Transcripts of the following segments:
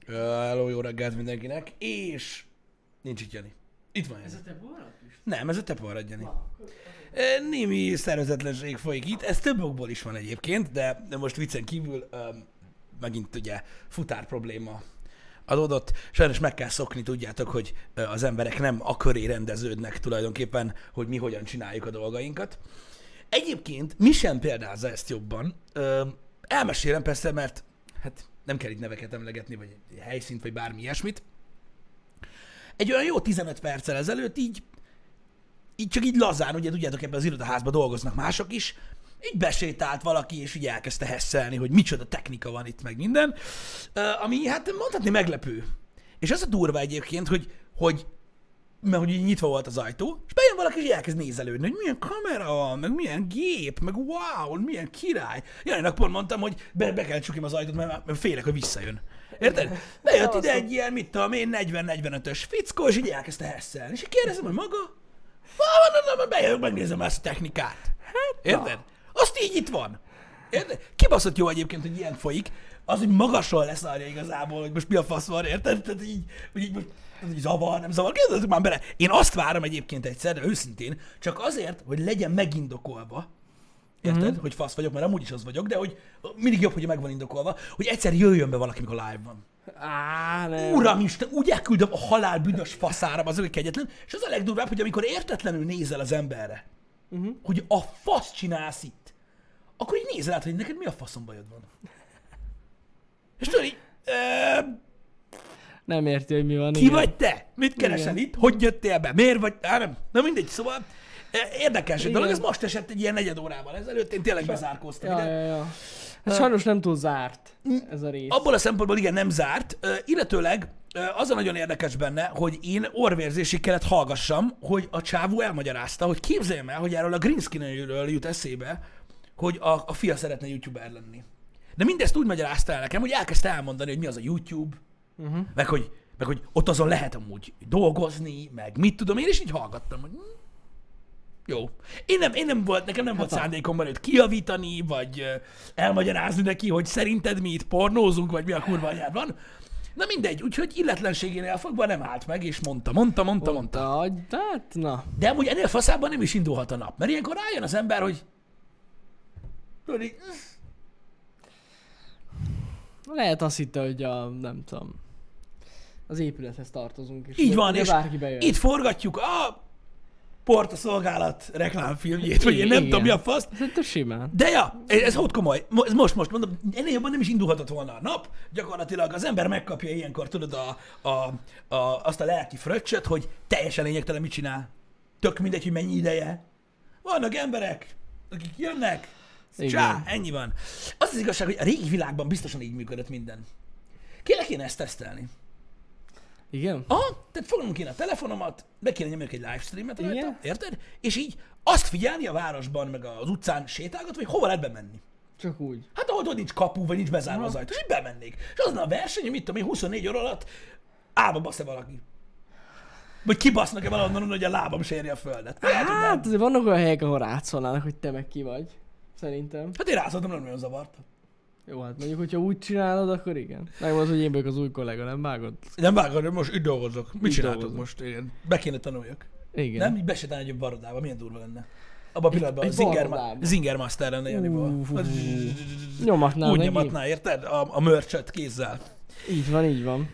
Hello, jó reggelt mindenkinek, és nincs itt Jani. Itt van Jani. Ez a te borrad is? Nem, ez a te porrad, Jani. Némi szervezetlenség folyik itt, ez több okból is van egyébként, de most viccen kívül megint ugye futár probléma adódott. Sajnos meg kell szokni, tudjátok, hogy az emberek nem a köré rendeződnek tulajdonképpen, hogy mi hogyan csináljuk a dolgainkat. Egyébként mi sem példázza ezt jobban. Elmesélem persze, mert hát nem kell itt neveket emlegetni, vagy helyszínt, vagy bármi ilyesmit. Egy olyan jó 15 perccel ezelőtt így csak így lazán, ugye tudjátok, ebben az irodaházban dolgoznak mások is, így besétált valaki, és így elkezdte hesszelni, hogy micsoda technika van itt, meg minden, ami hát mondhatni meglepő. És az a durva egyébként, mert hogy így nyitva volt az ajtó, és bejön valaki, és elkezd nézelődni, hogy milyen kamera van, meg milyen gép, meg wow, milyen király. Janinak pont mondtam, hogy be kell csukjam az ajtót, mert félek, hogy visszajön. Érted? Bejött ide egy ilyen, mit tudom én, 40-45-ös fickó, és így elkezdte hesszelni. És így kérdezem, hogy maga? Bejövök, megnézem ezt a technikát. Érted? Azt így itt van. Érted? Kibaszott jó egyébként, hogy ilyen folyik. Az, hogy magasról leszárja igazából, hogy most mi a fasz van, érted? Tehát így most hogy zavar, nem zavar. Kérdezzük már bele. Én azt várom egyébként egyszer, de őszintén, csak azért, hogy legyen megindokolva. Érted? Hogy fasz vagyok, mert amúgy is az vagyok, de hogy mindig jobb, hogy meg van indokolva, hogy egyszer jöjjön be valaki, mikor live van. Nem. Uramisten, úgy elküldöm a halál büdös faszára, az hogy kegyetlen, és az a legdurvább, hogy amikor értetlenül nézel az emberre, hogy a fasz csinálsz itt, akkor így nézel át, hogy neked mi a faszom bajod van. És tudod így, Nem érti, hogy mi van. ki vagy te? Mit keresel itt? Hogy jöttél be? Miért vagy? Nem. Na mindegy, szóval érdekes egy dolog, ez most esett egy ilyen negyed órával ezelőtt, én tényleg bezárkóztam ide. Ja. Hát sajnos nem túl zárt ez a rész. Abból a szempontból igen, nem zárt, illetőleg az a nagyon érdekes benne, hogy én orvérzésig kellett hallgassam, hogy a csávó elmagyarázta, hogy képzeljem el, hogy erről a green screenről jut eszébe, hogy a fia szeretne youtuber lenni. De mindezt úgy magyarázta el nekem, hogy elkezdte elmondani, hogy mi az a YouTube, meg hogy ott azon lehet amúgy dolgozni, meg mit tudom, én is így hallgattam, hogy jó. Nekem nem volt szándékomban őt kijavítani, vagy elmagyarázni neki, hogy szerinted mi itt pornózunk, vagy mi a kurva anyád van. Na mindegy, úgyhogy illetlenségénél fogva nem állt meg, és mondta. Hát, na. De amúgy ennél faszában nem is indulhat a nap, mert ilyenkor rájön az ember, hogy Lehet azt hitte, hogy nem tudom, az épülethez tartozunk. És így van, és és itt forgatjuk a Porta Szolgálat reklámfilmjét, vagy én nem tudom mi a fasz. Ez simán. De ja, ez ott komoly. Ez most mondom, ennél jobban nem is indulhatott volna a nap. Gyakorlatilag az ember megkapja ilyenkor, tudod, azt a lelki fröccsöt, hogy teljesen lényegtelen mit csinál. Tök mindegy, hogy mennyi ideje. Vannak emberek, akik jönnek, csá, ennyi van. Az igazság, hogy a régi világban biztosan így működött minden. Kéne ezt tesztelni. Igen? Aha, tehát fognom kéne a telefonomat, be kéne nyomni egy livestreamet rajta, Igen? érted? És így azt figyelni a városban, meg az utcán sétálgatva, hogy hova lehet bemenni. Csak úgy. Hát ahol nincs kapu, vagy nincs bezárva az ajtó, és így bemennék. És azon a verseny, hogy mit tudom én, 24 óra alatt álba basz-e valaki. Vagy kibasznak-e valahonnan, hogy a lábam sérje a földet. Hát azért vannak olyan helyek, ahol rátszolnának, hogy te meg ki vagy. Szerintem. Hát én rázoltam, nem nagyon zavart. Jó, hát mondjuk, hogyha úgy csinálod, akkor igen. Megmondod, hogy én vagyok az új kollega, nem vágod? Nem vágod, most itt dolgozok. Mit Itt csináltok dolgozom. most? Igen. Be kéne tanuljak. Igen. Nem? Így besétálni egy barodába, milyen durva lenne. Abban a pillanatban egy barodába. Zinger Master lenne Janiból. Nyomatnál Úgy neki. nyomatná, érted? A mörcsöt kézzel. Így van, így van.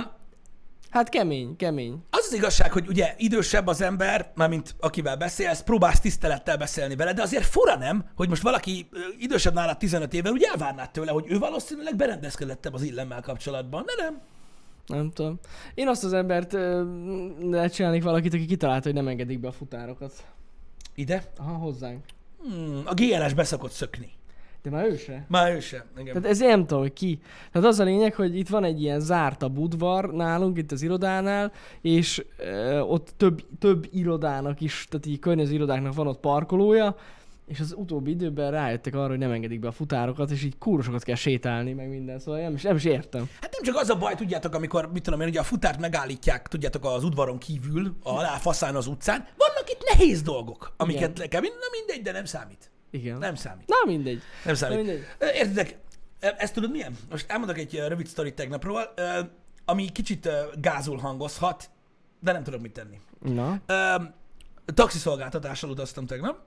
Hát kemény. Az igazság, hogy ugye idősebb az ember, mármint akivel beszélsz, próbálsz tisztelettel beszélni vele, de azért fura nem, hogy most valaki idősebb nálad 15 évvel, úgy elvárnád tőle, hogy ő valószínűleg berendezkedettebb az illemmel kapcsolatban, de nem. Nem tudom. Én azt az embert csinálnék valakit, aki kitalálta, hogy nem engedik be a futárokat. Ide? Aha, hozzánk. A GLS beszokott szökni. De már ő se. Már ő sem, igen. Tehát ez nem tudom, hogy ki. Tehát az a lényeg, hogy itt van egy ilyen zártabb udvar nálunk, itt az irodánál, és ott több irodának is, tehát így környező irodáknak van ott parkolója, és az utóbbi időben rájöttek arra, hogy nem engedik be a futárokat, és így kúrosokat kell sétálni, meg minden, szóval nem is értem. Hát nem csak az a baj, tudjátok, amikor, mit tudom én, ugye a futárt megállítják, tudjátok, az udvaron kívül, a aláfaszán az utcán, vannak itt nehéz dolgok, amiket le kell vinni, na mindegy, de nem számít. Igen. Nem számít. Na mindegy. Nem számít. Na mindegy. Értitek, ezt tudod milyen? Most elmondok egy rövid sztorit tegnapról. ami kicsit gázul hangozhat, de nem tudok mit tenni. Na. Taxiszolgáltatással utaztam tegnap,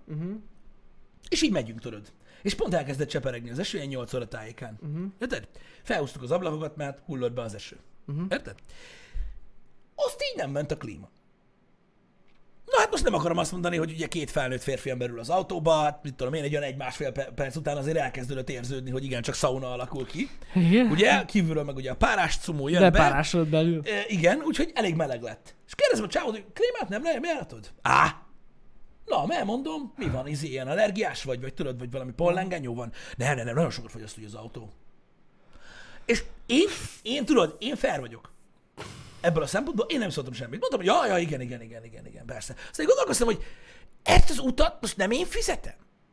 és így megyünk, tudod. És pont elkezdett cseperegni az eső, ilyen 8 óra tájékán. Érted? Felhúztuk az ablakokat, mert hullott be az eső. Érted? Azt így nem ment a klíma. Na hát most nem akarom azt mondani, hogy ugye 2 felnőtt férfian belül az autóba, hát mit tudom én, egy olyan 1-1,5 perc után azért elkezdődött érződni, hogy igen, csak szauna alakul ki. Igen? Ugye, kívülről meg ugye a párás cumó jön be. Lepárásod belül. Igen, úgyhogy elég meleg lett. És kérdezem a csávot, hogy klímát nem lejáratod? Na, elmondom, mi van, ilyen allergiás vagy tudod, vagy valami pollengenyó van? Nem, nagyon sokat fogyaszt ugye az autó. És én tudod, én fair vagyok. Ebből a szempontból én nem szóltam semmit. Mondtam, hogy ja, igen, persze. Aztán gondolkoztam, hogy ezt az utat most nem én fizetem?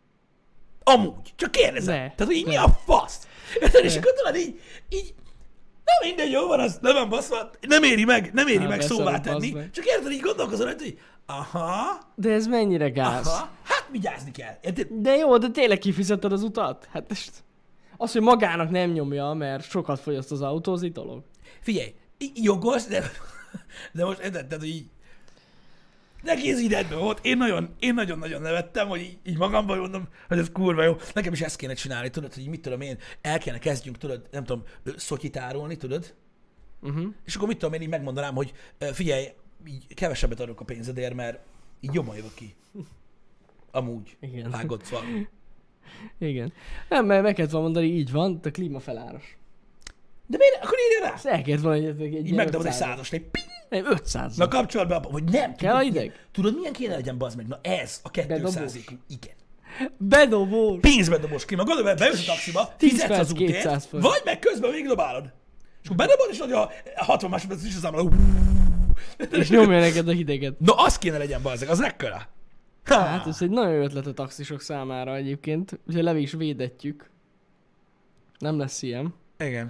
Amúgy, csak kérdezem. Tehát, hogy így mi a fasz? És akkor tudod, így nem mindegy, jó van, az nem van baszva, nem éri meg szóvá tenni. Csak érted, így gondolkozom, hogy aha. De ez mennyire gáz? Aha, hát vigyázni kell. Érted? De jó, de tényleg kifizetted az utat? Hát az, hogy magának nem nyomja, mert sokat fogyaszt az autó, az egy dolog. Figyelj, jogos, de most érted, tehát, hogy így neki ez így rendben volt. Én nagyon-nagyon nevettem, hogy így magamban mondom, hogy ez kurva jó. Nekem is ezt kéne csinálni, tudod, hogy mit tudom én, el kéne kezdjünk, tudod, nem tudom, szotyitárolni, tudod? És akkor mit tudom én, így megmondanám, hogy figyelj, így kevesebbet adok a pénzedért, mert így jobban jövök ki. Amúgy. Igen. Vágott van. Igen. Nem, mert meg kellett volna mondani, így van, de klíma feláras. De miért? Akkor írja rá! Ezt el kellett volna egy így megdobod egy 100-ast, egy ping! Nem, 500. Na kapcsolat be, vagy nem. Kell a ideg? Tudod, milyen kéne legyen, bazd meg? Na ez, a 200-ig. Igen. Bedobós. Pénzbedobós klíma. Gondolj, bejössz a taxiba, 10 fizetsz perc, az útért, 200 forint. vagy meg közben végigdobálod. És akkor bedobod, és a 60 másodperc is az számol. És nyomja neked a hideget. Na, az kéne legyen, bazd meg, az rekkora. Hát ez egy nagyon jó ötlet a taxisok számára egyébként, úgyhogy le is védetjük. Nem lesz ilyen. Igen.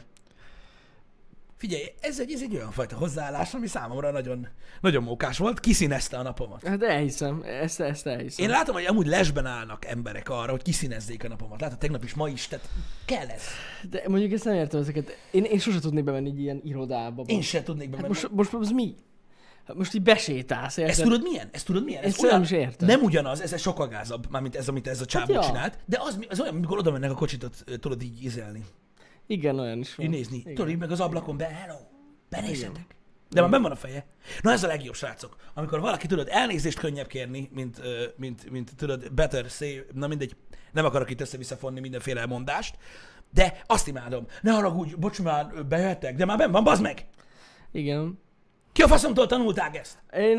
Figyelj, ez egy olyan fajta hozzáállás, ami számomra nagyon, nagyon mókás volt, kiszínezte a napomat. Hát elhiszem, ezt elhiszem. Én látom, hogy amúgy lesben állnak emberek arra, hogy kiszínezzék a napomat. Látod, tegnap is, ma is, tehát kell ez. De mondjuk ezt nem értem ezeket. Én sose tudnék bemenni egy ilyen irodába. Én sem tudnék bemenni. Hát most az mi? Hát most így besétálsz, érted? Ezt tudod milyen? Ezt olyan, nem is értem. Nem ugyanaz, ez sokkal gázabb, mármint ez, amit ez a csávó ja. csinált, de az olyan, amikor oda mennek a kocsitot, tudod így ízelni. Igen, olyan is van. Így nézni. Igen. Tudod, így meg az ablakon be, hello, benézzetek. De már benn van a feje. Na ez a legjobb, srácok. Amikor valaki, tudod, elnézést könnyebb kérni, mint tudod, better say, na mindegy, nem akarok itt össze-visszafonni mindenféle elmondást, de azt imádom. Ne haragudj, bocs, már bejöttek, de már benn van, bazd meg! Igen. Ki a faszomtól tanulták ezt? Én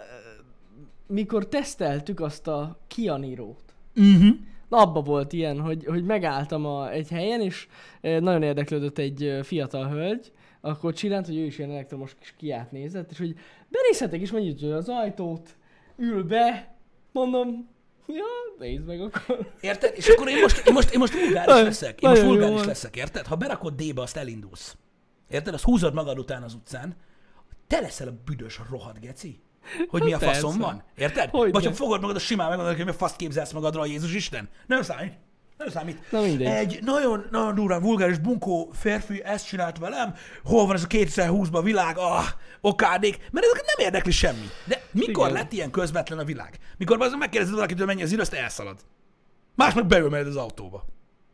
mikor teszteltük azt a Kia Niro-t, na abba volt ilyen, hogy megálltam egy helyen, és nagyon érdeklődött egy fiatal hölgy a kocsiránt, hogy ő is ilyen elektromos kis Kiát nézett, és hogy benézhetek is, megnyitja az ajtót, ül be, mondom, ja, nézd meg akkor. Érted? És akkor én most vulgáris leszek. Én most vulgáris leszek, érted? Ha berakod D-be, azt elindulsz. Érted? Azt húzod magad után az utcán. Te leszel a büdös rohadt geci. Hogy mi a faszom van. Érted? Hogy vagy ha fogod magad, a simán megmondod, hogy mi a faszt képzelsz magadra, Jézus Isten. Nem számít. Nem számít. Na mindegy. Egy nagyon, nagyon durván vulgáris bunkó férfi ezt csinált velem. Hol van ez a 2020-ban világ? Okádék. Mert ezeket nem érdekli semmi. De mikor igen. lett ilyen közvetlen a világ? Mikor azon megkérdezed valakitől, mennyi az idő, azt elszalad. Más meg beül az autóba.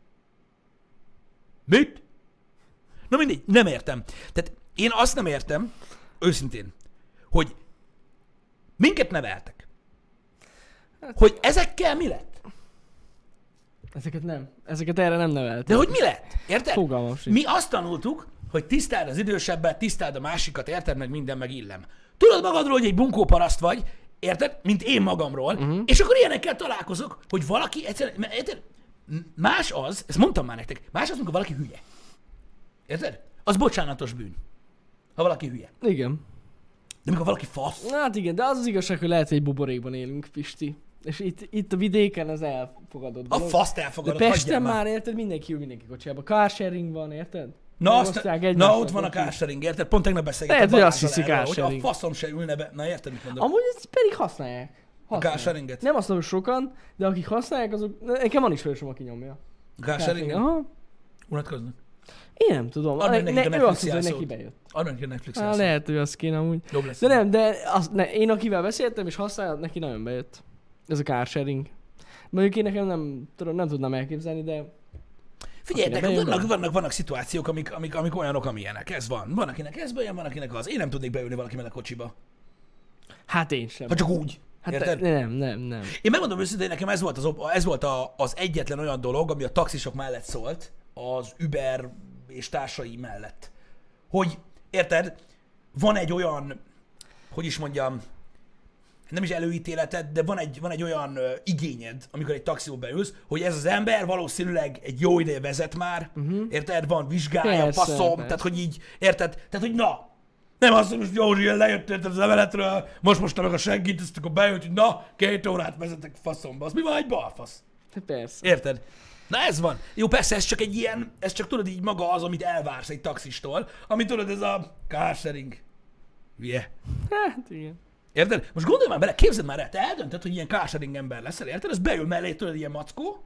Mit? Na mindegy, nem értem. Tehát én azt nem értem, őszintén, hogy minket neveltek. Hogy ezekkel mi lett? Ezeket nem. Ezeket erre nem neveltek. De hogy mi lett? Érted? Fogalmam sincs. Mi azt tanultuk, hogy tisztáld az idősebbet, tisztáld a másikat, érted, meg minden, meg illem. Tudod magadról, hogy egy bunkó paraszt vagy, érted? Mint én magamról, és akkor ilyenekkel találkozok, hogy valaki egyszerűen, érted? Más az, ezt mondtam már nektek, más az, amikor valaki hülye. Érted? Az bocsánatos bűn. Ha valaki hülye. Igen. De mikor valaki fasz. Hát igen, de az az igazság, hogy lehet, hogy egy buborékban élünk, Pisti. És itt a vidéken ez elfogadott A dolog. faszt De elfogadod, Pesten már érted, mindenki ül mindenki kocsiába. Carsharing van, érted? Na, Megosztják na egymással ott van a kocsit. carsharing, érted? Pont tegnap beszélgettem Lehet, hogy azt Balázsral hiszi erről, hogy carsharing. a faszom se ülne be. Na érted, mit mondok? Amúgy ezt pedig használják. A carsharinget? Nem azt mondom, hogy sokan, de akik használják, azok... Nekem van ismerősöm, aki nyomja. A carsharinget? Aha. Unatkoznak? Én nem tudom. Adnak nekik a Ő Netflix azt mondta, hogy neki jelszót. bejött. Adnak neki a Netflix Hát jelszót. lehet, hogy az kéne amúgy. Jobb lesz. De nem, de én akivel beszéltem és használja, neki nagyon bejött. Ez a car sharing. Mondjuk én nekem nem tudnám elképzelni, de... Figyelj, Akinek nekem bejön, vannak szituációk, amik olyanok, amilyenek. Ez van. Van, akinek ez bejön, van, akinek az. Én nem tudnék beülni valakivel a kocsiba. Hát én sem. Ha csak úgy. Hát Érted? nem. Én megmondom őszintén, nekem ez volt az egyetlen olyan dolog, ami a taxisok mellett szólt, az Uber és társai mellett. Hogy, érted, van egy olyan, hogy is mondjam, nem is előítéleted, de van egy olyan igényed, amikor egy taxiba beülsz, hogy ez az ember valószínűleg egy jó ideje vezet már, érted, van vizsgája, Persze, faszom, persze. tehát hogy így, érted, tehát hogy na, nem azt, hogy most Józsi lejött érted az emeletről, most meg a seggit, ezt akkor bejött, hogy na, 2 órát vezetek faszomba, az mi van, egy balfasz? Hát persze. Érted? Na ez van. Jó, persze ez csak egy ilyen, ez csak tudod így maga az, amit elvársz egy taxistól, ami tudod, ez a car sharing. Hülye. Hát igen. Érted? Most gondolj már bele, képzeld már el, te eldöntöd, hogy ilyen car sharing ember leszel, érted? Az beül mellé, tudod, ilyen mackó,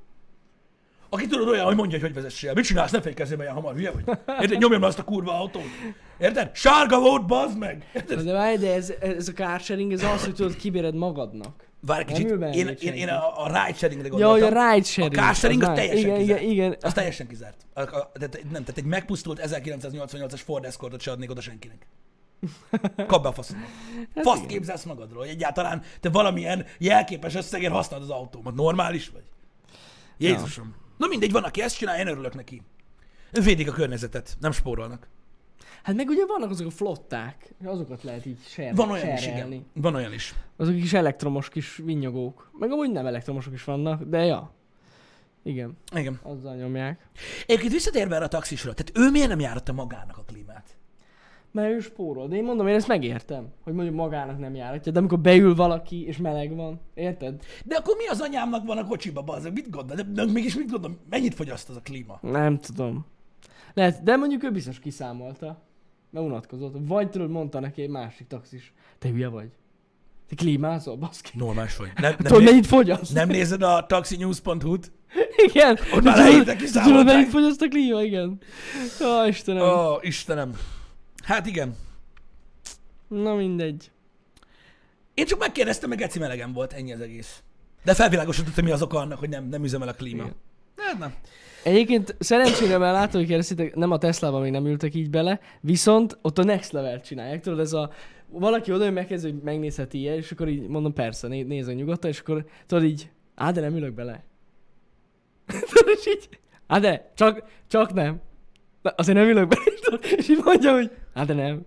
aki tudod olyan, hogy mondja, hogy vezessél. Mit csinálsz, ne fékezzél be ilyen hamar, hülye vagy? Érted? Nyomjam azt a kurva autót. Érted? Sárga volt, bazd meg! Érted? De várj, de ez a car sharing, ez az, hogy tudod, kibéred magadnak. Várj egy Nem kicsit, ül mellé én a ride sharingre Ja, gondoltam. hogy a ride sharing. A car sharing az az már- teljesen kizárt. Igen. Az teljesen kizárt. Tehát egy megpusztult 1988-as Ford Escortot se adnék oda senkinek. Kap be a faszomba. Faszt képzelsz magadról, hogy egyáltalán te valamilyen jelképes összegért használod az autómat. Normális vagy? Jézusom. Na mindegy, van, aki ezt csinál, én örülök neki. Védik a környezetet, nem spórolnak. Hát meg ugye vannak azok a flották, azokat lehet így Van olyan is, serelni. igen. Van olyan is. Azok kis elektromos kis vinnyogók. Meg amúgy nem elektromosok is vannak, de ja. Igen, Igen. azzal nyomják. Egyébként visszatérve erre a taxisra, tehát ő miért nem járatta magának a klímát? Mert ő spórol. De én mondom, én ezt megértem, hogy mondjuk magának nem járatja. De amikor beül valaki, és meleg van, érted? De akkor mi az anyámnak van a kocsiba, bazzeg? Mit gondol? De mégis mit gondol? Mennyit fogyaszt az a klíma? Nem tudom. Lehet, de mondjuk ő biztos kiszámolta. Mert unatkozott. Vagy tudod, mondta neki egy másik taxis. Te hülye vagy. Te klímázol, baszki. Normális vagy. Tudod, mennyit fogyaszt? Nem nézed a taxinews.hu-t? Igen. Ott már leírták, kiszámolták. Tudod, mennyit fogyaszt a klíma, igen. Ó, Istenem. Ó, Istenem. Hát igen. Na mindegy. Én csak megkérdeztem, meg geci melegem volt, ennyi az egész. De felvilágosított, hogy mi az oka annak, hogy nem üzemel a klíma. Igen. Hát nem. Egyébként szerencsére, mert látom, hogy kérdeztétek, nem a Tesla-ban még nem ültek így bele, viszont ott a next level csinálják. Tudod, ez a... Valaki oda, hogy megkezd, hogy megnézheti ilyen, és akkor így mondom, persze, nézzen nyugodtan, és akkor tudod így, de nem ülök bele. Tudod, és így, de, csak nem. Na, azért nem ülök bele, és így mondja, hogy de nem.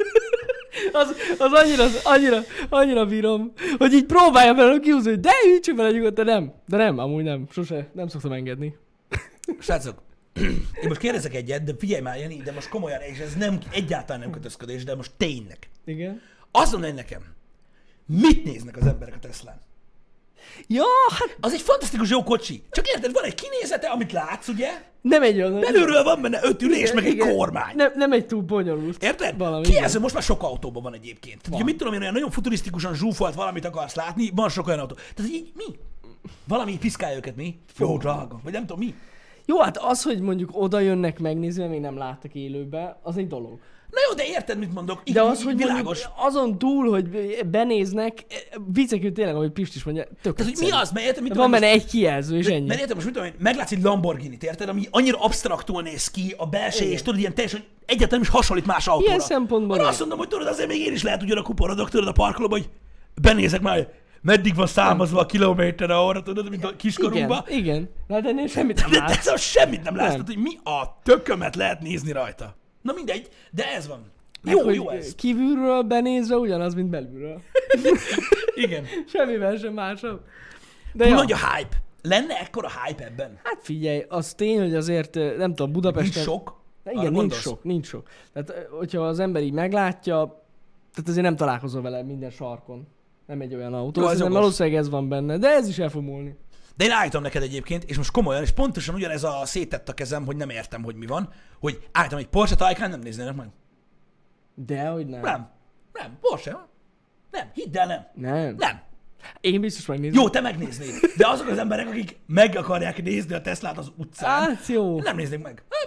Az annyira bírom, hogy így próbálja belőle kihúzni, hogy de ülj csak bele nyugodtan, de nem, amúgy nem, sose, nem szoktam engedni. Srácok, én most kérdezek egyet, de figyelj már, Jani, de most komolyan, és ez nem, egyáltalán nem kötözködés, de most tényleg. Igen. Azt mondani nekem, mit néznek az emberek a Teslán? Ja, hát Az egy fantasztikus jó kocsi. Csak érted, van egy kinézete, amit látsz, ugye? nem egy olyan... Belülről van benne 5 ülés, Igen, meg egy igen. kormány. Nem egy túl bonyolult. Érted? Valami, Kijelző, most már sok autóban van egyébként. Tehát, Van. mit tudom én, olyan nagyon futurisztikusan zsúfolt valamit akarsz látni, van sok olyan autó. Tehát így mi? Valami piszkálja őket, mi? Jó, drága. Vagy nem tudom mi. Jó, hát az, hogy mondjuk oda jönnek megnézni, mert még nem láttak élőben, az egy dolog. Na jó, de érted, mit mondok? Így, De az, így hogy világos. mondjuk azon túl, hogy benéznek, viccekül tényleg, ahogy Pist is mondja, tök Tehát, hogy mi az? Mert érted, mit Van tudom, benne egy kijelző, és ennyi. mert érted, most mit tudom én, meglátsz egy Lamborghini-t, érted, ami annyira absztraktul néz ki, a belseje, Igen. és tudod, ilyen teljesen egyáltalán nem is hasonlít más autóra. Ilyen szempontból Arra nem. azt mondom, hogy tudod, azért még én is lehet ugyan a kuporodok, tudod, a parkolóban, hogy benézek már, hogy meddig van számozva a kilométerre arra, tudod, mint a kiskorunkban. Igen. Hát ennél semmit nem De látsz. ez semmit nem látsz, Nem. tehát, hogy mi a tökömet lehet nézni rajta. Na mindegy, de ez van. Meg, Jó, hogy jó ez. Kívülről benézve ugyanaz, mint belülről. Igen. Semmivel sem másabb. De Túl ja. nagy a hype. Lenne ekkora hype ebben? Hát figyelj, az tény, hogy azért, nem tudom, Nincs Budapesten... sok? Igen, Arra nincs gondolsz? sok, nincs sok. Tehát, hogyha az ember így meglátja, tehát azért nem találkozol vele minden sarkon. Nem egy olyan autó, Jó, ez szerintem okos. valószínűleg ez van benne, de ez is el fog múlni. De én állítom neked egyébként, és most komolyan, és pontosan ugyanez a széttett a kezem, hogy nem értem, hogy mi van, hogy állítom, egy Porsche Taycan nem néznének meg. Dehogy nem. Nem, Porsche. Nem, hidd el, nem. Nem. Nem. Én biztos megnézem. Jó, te megnéznéd. De azok az emberek, akik meg akarják nézni a Teslát az utcán, Hát jó. nem néznék meg. Hát,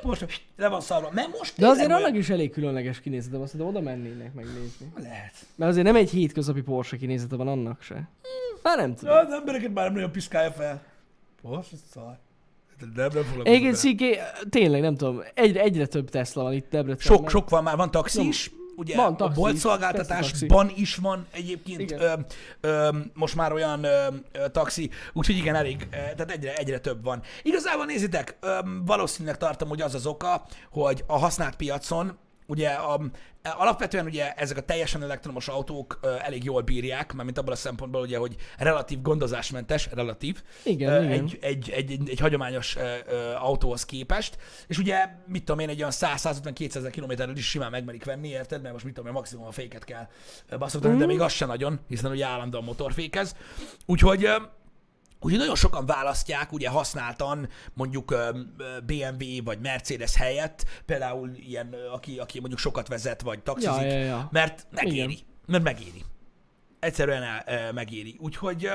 Porsche, le van szarva. Mert most De azért tényleg annak olyan- is elég különleges kinézete van, szerintem oda mennének megnézni. Lehet. Mert azért nem egy hétköznapi Porsche kinézete van annak se. Hát nem tudom. Ja, az embereket már nem nagyon piszkálja fel. Porsche, szar. Nem foglalkozom Egyébként vele. Sziké, tényleg nem tudom, egyre több Tesla van itt Debrecenben. Sok van már, van taxi is. Ugye Van a taxi is, boltszolgáltatásban is van egyébként Igen. most már olyan taxi, úgyhogy igen, elég, tehát egyre több van. Igazából nézzétek, valószínűleg tartom, hogy az az oka, hogy a használt piacon, ugye alapvetően ugye ezek a teljesen elektromos autók elég jól bírják, mármint abban a szempontból, ugye, hogy relatív gondozásmentes, Igen, igen. egy hagyományos autóhoz képest, és ugye, mit tudom én, egy olyan 100-150-200 kilométerrel is simán megmerik venni, érted? Mert most mit tudom én, maximum a féket kell baszogtatni, de még az se nagyon, hiszen ugye állandóan motorfékez. Úgyhogy nagyon sokan választják ugye használtan mondjuk BMW vagy Mercedes helyett, például ilyen, aki mondjuk sokat vezet vagy taxizik, Ja. mert megéri. Igen. Mert megéri. Egyszerűen megéri. Úgyhogy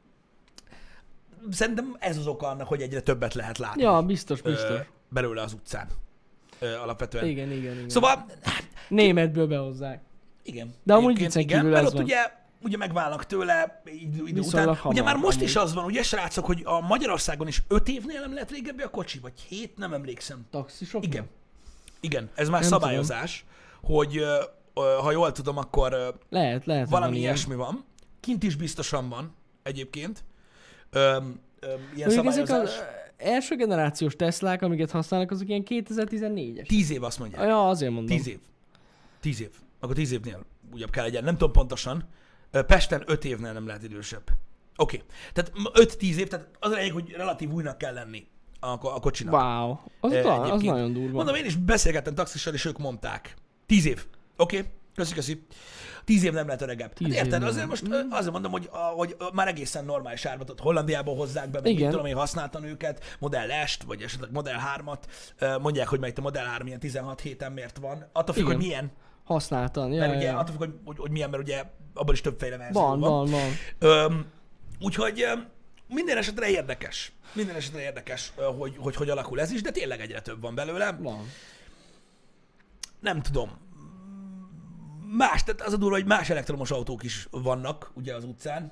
szerintem ez az oka annak, hogy egyre többet lehet látni Ja, biztos. belőle az utcán. Alapvetően. Igen. Szóval, Németből behozzák. igen. De amúgy Egyébként viccen igen, kívül mert ez ott van. ugye megválnak tőle idő után. Viszonylag Ugye hamar, már most amúgy. is az van, ugye srácok, hogy a Magyarországon is 5 évnél nem lett régebbi a kocsi, vagy 7, nem emlékszem. Taxisok? Igen, ez már Nem szabályozás, hogy ha jól tudom, akkor Lehet, valami van ilyen. ilyesmi van. Kint is biztosan van egyébként. Ilyen Mondjuk ezek szabályozás. az első generációs Teslák, amiket használnak, azok ilyen 2014-es. 10 év azt mondják. Ja, azért mondom. 10 év. 10 év. Akkor 10 évnél újabb kell legyen. Nem tudom pontosan. Pesten 5 évnél nem lehet idősebb. Oké. Tehát 5-10 év, tehát az a lényeg, hogy relatív újnak kell lenni a kocsinak. Wow. Az Egyébként. nagyon durva. Mondom, én is beszélgettem taxissal, és ők mondták. 10 év. Oké. Köszi. 10 év nem lehet öregebb. 10 Hát év érted, nem. azért most azért mondom, hogy már egészen normális árbatot Hollandiából hozzák be, meg Igen. mit tudom én, használtan őket, Model S-t, vagy esetleg Model 3-at. Mondják, hogy itt a Model 3 ilyen 16 héten miért van. Attól függ, Igen. hogy milyen. Használtan. Mert ugye, Ja. attól függ, hogy milyen, mert ugye abban is többféle verzió Van. Úgyhogy minden esetre érdekes. Minden esetre érdekes, hogy alakul ez is, de tényleg egyre több van belőle. Van. Nem tudom. Tehát az a durva, hogy más elektromos autók is vannak ugye az utcán,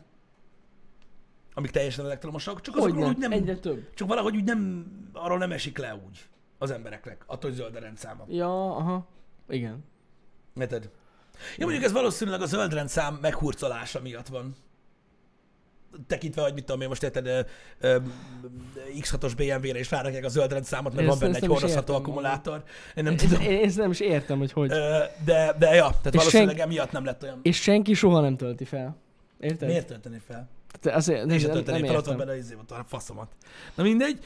amik teljesen elektromosak, csak azokról úgy nem, Egyre több. csak valahogy úgy nem, arról nem esik le úgy az embereknek, attól, hogy zöld a rendszáma. Ja, aha. Igen. Érted? Ja, mondjuk ez valószínűleg a zöld rendszám meghurcolása miatt van. Tekintve, hogy mit tudom én, most érted, X6-os BMW-re is rárakják a zöld rendszámot, mert van benne egy hordozható akkumulátor. Én nem tudom. Én ezt nem is értem, hogy. De ja, tehát valószínűleg emiatt nem lett olyan. És senki soha nem tölti fel. Érted? Miért tölteni fel? Azért, Én sem nem tölteném fel, ott van értem. benne a faszomat. Na mindegy.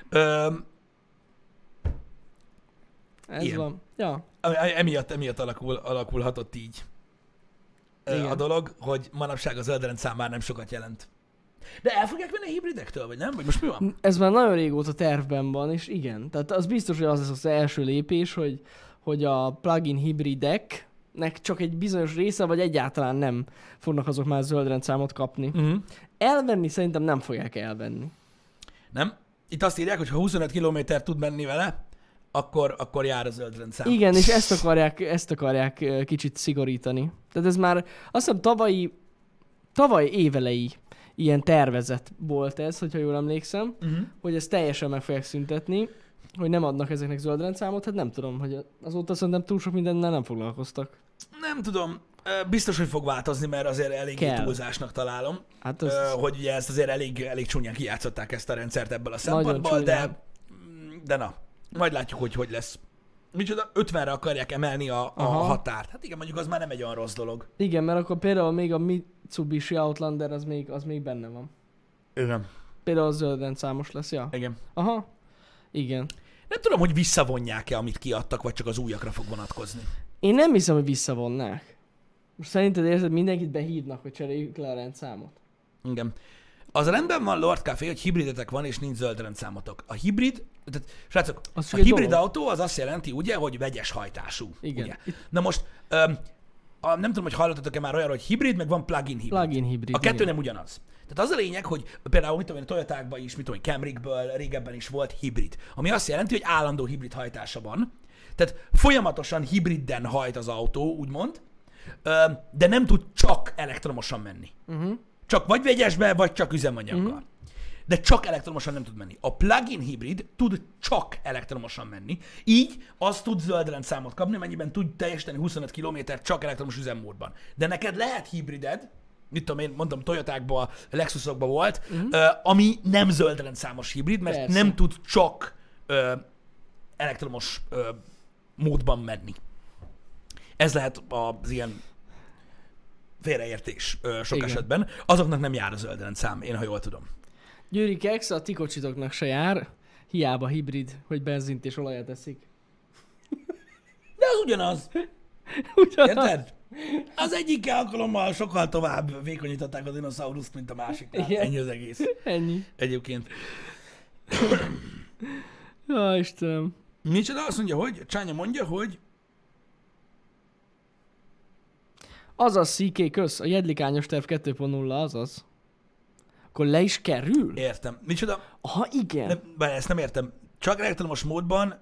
Ez ilyen. van. Ja. Emiatt alakulhatott így Igen. a dolog, hogy manapság a zöld rendszám már nem sokat jelent. De el fogják venni a hibridektől, vagy nem? Vagy most mi van? Ez már nagyon régóta tervben van, és igen. Tehát az biztos, hogy az lesz az első lépés, hogy a plug-in hibrideknek csak egy bizonyos része, vagy egyáltalán nem fognak azok már zöld rendszámot kapni. Uh-huh. Elvenni szerintem nem fogják elvenni. Nem? Itt azt írják, hogy ha 25 km tud menni vele, akkor jár a zöld rendszám. Igen, és ezt akarják kicsit szigorítani. Tehát ez már azt hiszem tavaly évelei ilyen tervezet volt ez, hogyha jól emlékszem, hogy ezt teljesen meg fogják szüntetni, hogy nem adnak ezeknek zöld rendszámot, hát nem tudom, hogy azóta szerintem túl sok mindennel nem foglalkoztak. Nem tudom. Biztos, hogy fog változni, mert azért eléggé Kell. túlzásnak találom, Hát az hogy ugye ezt azért elég csúnyán kijátszották ezt a rendszert ebből a Nagyon szempontból, csúnyán. de na, majd látjuk, hogy lesz. Micsoda, 50-re akarják emelni a Aha. határt. Hát igen, mondjuk az már nem egy olyan rossz dolog. igen, mert akkor például még a Mitsubishi Outlander az még benne van. Igen. Például az zöld rendszámos lesz, ja. Igen. Aha. Igen. Nem tudom, hogy visszavonják-e, amit kiadtak, vagy csak az újakra fog vonatkozni. Én nem hiszem, hogy visszavonnák. Most szerinted érzed, mindenkit behívnak, hogy cseréljük le a rendszámot? Igen. Az rendben van, Lord Café, hogy hibridetek van, és nincs zöld rendszámotok. A hibrid, tehát srácok, Az a csak egy hibrid dolog. autó az azt jelenti, ugye, hogy vegyes hajtású. Igen. Ugye? Na most, nem tudom, hogy hallottatok-e már olyan, hogy hibrid, meg van plug-in hibrid. Plug-in hibrid. A kettő igen. nem ugyanaz. Tehát az a lényeg, hogy például, mit tudom én, Toyotákban is, mit tudom én, Camrykből régebben is volt hibrid, ami azt jelenti, hogy állandó hibrid hajtása van. Tehát folyamatosan hibriden hajt az autó, úgymond, de nem tud csak elektromosan menni. Csak vagy vegyesbe, vagy csak üzemanyaggal. De csak elektromosan nem tud menni. A plug-in hibrid tud csak elektromosan menni, így az tud zöld rendszámot kapni, mennyiben tud teljesíteni 25 km csak elektromos üzemmódban. De neked lehet hibrided, mit tudom én, mondtam, Toyotákban, Lexusokban volt, ami nem zöld rendszámos hibrid, mert Persze. nem tud csak elektromos módban menni. Ez lehet az ilyen félreértés sok Igen. esetben. Azoknak nem jár a zöld rendszám, én ha jól tudom. Győri Kex, a ti kocsitoknak se jár, hiába hibrid, hogy benzint és olajat eszik. De az ugyanaz. Ugyanaz. Érted? Az egyik alkalommal sokkal tovább vékonyították a dinoszauruszt, mint a másiknál. Igen. Ennyi az egész. Ennyi. Egyébként. Ja, Istenem. Micsoda? Azt mondja, hogy? Csánya mondja, hogy Azaz, CK, kösz, a jedlikányos terv 2.0, azaz. Akkor le is kerül? értem. Micsoda? Aha, igen. Nem, bár ezt nem értem. Csak elektromos módban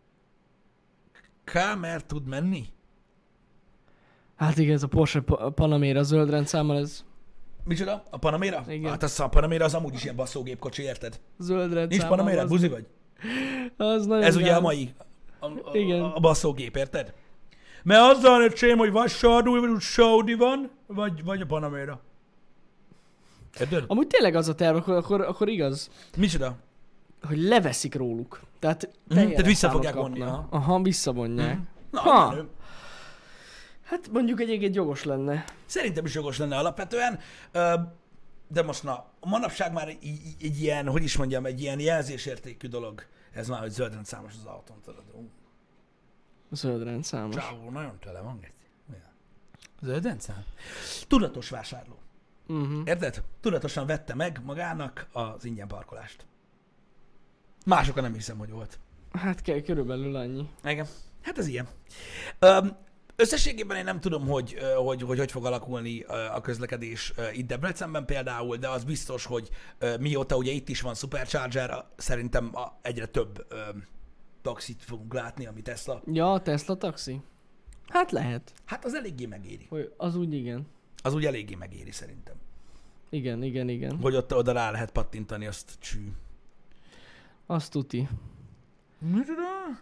mert tud menni? Hát igen, ez a Porsche Panamera zöld rendszámmal, ez Micsoda? A Panamera? Igen. Hát a Panamera az amúgy is ilyen basszógépkocsi, érted? zöld rendszámmal. Nincs Panamera? az- Buzi vagy? Az nagyon Ez ugye a gáz. mai. Igen. A basszógép, érted? Mert azzal egy sém, hogy vagy Saudi van, vagy a Panamera. Érted? Amúgy tényleg az a terv, akkor igaz, Micsoda? hogy leveszik róluk. Tehát, Tehát vissza fogják kapnak. vonni, aha. Aha, visszavonják. Na, Ha. menő. Hát mondjuk egyébként jogos lenne. Szerintem is jogos lenne alapvetően, de most na, manapság már egy ilyen, hogy is mondjam, egy ilyen jelzésértékű dolog. Ez már, hogy zöld rendszámos az autón, tudod. Zöld rendszámos. Csávó, nagyon tele van, geci. Zöld rendszám? Tudatos vásárló. Érted? Tudatosan vette meg magának az ingyen parkolást. Másokra nem hiszem, hogy volt. Hát körülbelül annyi. Igen. Hát ez ilyen. Összességében én nem tudom, hogy fog alakulni a közlekedés itt Debrecenben például, de az biztos, hogy mióta ugye itt is van Supercharger, szerintem egyre több taxit fogunk látni, ami Tesla. Ja, a Tesla taxi? Hát lehet. Hát az eléggé megéri. Hogy az úgy igen. Az úgy eléggé megéri szerintem. Igen. Hogy oda rá lehet pattintani azt csű. Azt tuti. Micsoda?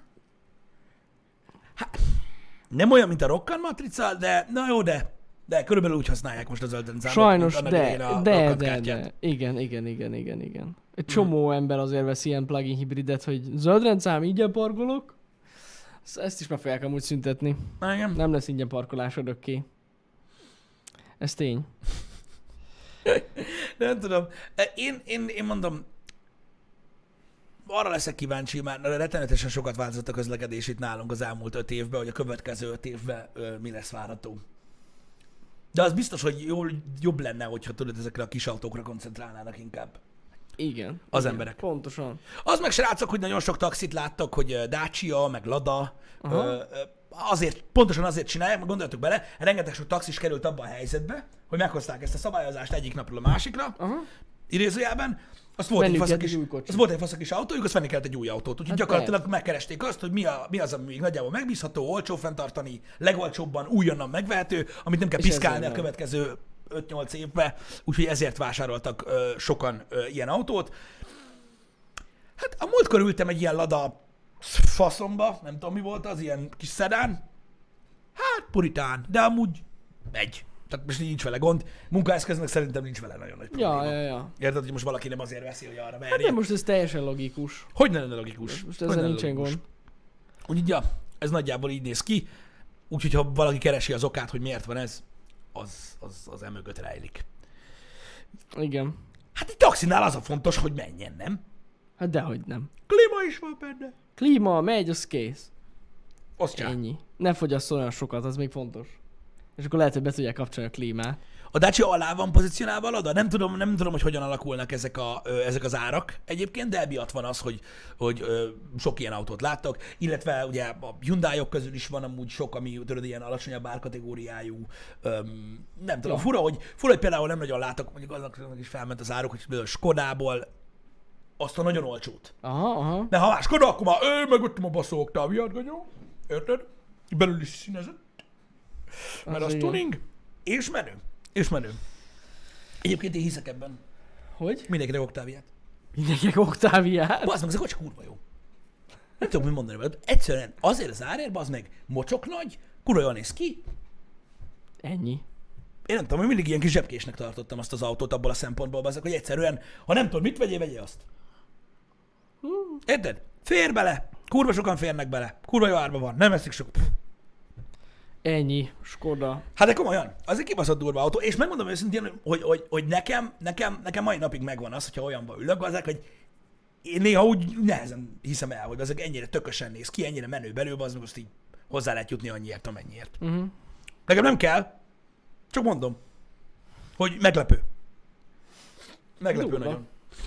Hát, nem olyan, mint a Rokkan matrica, de na jó, de körülbelül úgy használják most a zöld rendszámot, Sajnos, mint annak idején a Rokkan kártyát. de. Igen. Egy csomó ember azért vesz ilyen plug-in hibridet, hogy zöld rendszám, ingyen parkolok. Ezt is meg fogják amúgy szüntetni. Igen. Nem lesz ingyen parkolás örökké. Ez tény. Nem tudom. Én mondom, arra leszek kíváncsi, már rettenetesen sokat változott a közlekedés itt nálunk az elmúlt 5 évben, hogy a következő 5 évben mi lesz várható. De az biztos, hogy jobb lenne, hogyha tudod, ezekre a kis autókra koncentrálnának inkább Igen. az igen, emberek. Pontosan. Az meg srácok, hogy nagyon sok taxit láttak, hogy Dacia, meg Lada, pontosan azért csinálják, mert gondoljatok bele, rengeteg sok taxis került abba a helyzetbe, hogy meghozták ezt a szabályozást egyik napról a másikra, idézőjelben, azt volt Venni egy kellett faszak egy új kocsit. az volt egy faszak kis autójuk, azt venni kellett egy új autót. Úgyhogy Hát gyakorlatilag megkeresték azt, hogy mi az, ami még nagyjából megbízható, olcsó fenntartani, legolcsóbban, újonnan megvehető, amit nem kell És piszkálni ezért a van. következő 5-8 évbe, úgyhogy ezért vásároltak sokan ilyen autót. Hát a múltkor ültem egy ilyen Lada faszomba, nem tudom mi volt az, ilyen kis szedán. Hát puritán, de amúgy megy. Tehát most így nincs vele gond. Munkaeszköznek szerintem nincs vele nagyon nagy probléma. Ja. Érted, hogy most valaki nem azért veszi, hogy arra Hát verje. de most ez teljesen logikus. Hogy ne lenne logikus? Most Hogy ezzel ne nincsen lenne logikus? gond. Úgyhogy ja, ez nagyjából így néz ki. Úgyhogy ha valaki keresi az okát, hogy miért van ez, az emögött rejlik. Igen. Hát egy taxinál az a fontos, hogy menjen, nem? Hát dehogy nem. Klíma is van benne. Klíma, megy, az kész. Azt csak. Ennyi. Ne fogyasszon olyan sokat, az még fontos. És akkor lehet, hogy be tudják kapcsolni a klímát. A Dacia alá van pozícionálva a Lada? Nem tudom, hogy hogyan alakulnak ezek az árak egyébként, de emiatt van az, hogy sok ilyen autót láttak, illetve ugye a Hyundai-ok közül is van amúgy sok, ami tudod, ilyen alacsonyabb árkategóriájú. Nem tudom, fura, hogy például nem nagyon látok, mondjuk aznak is felment az áruk, hogy például Skodából azt a nagyon olcsót. Aha. De ha már Skoda, akkor már megvettem a baszó Octaviát, ganyó. Érted? Belül is színezett. Mert az tuning. És menő. Egyébként én hiszek ebben. Hogy? Mindenkinek Octaviát. Mindenkinek Octaviát? Bazd meg, ez a kocsi kurva jó. Nem tudom, mit mondani veled. Egyszerűen azért az árért, bazd meg, mocsok nagy, kurva jól néz ki. Ennyi. Én nem tudom, én mindig ilyen kis zsebkésnek tartottam azt az autót abból a szempontból, bazd meg, hogy egyszerűen, ha nem tudod mit vegyél azt. Érted? Fér bele. Kurva sokan férnek bele. Kurva jó árba van. Nem veszik sok. Ennyi. Skoda. Hát de komolyan, az egy kibaszott durva autó, és megmondom őszintén, hogy nekem mai napig megvan az, hogyha olyanba ülök, azok, hogy én néha úgy nehezen hiszem el, hogy azok ennyire tökösen néz ki, ennyire menő belül, az meg azt így hozzá lehet jutni annyiért, amennyiért. Nekem nem kell, csak mondom, hogy meglepő. Meglepő Durva. nagyon.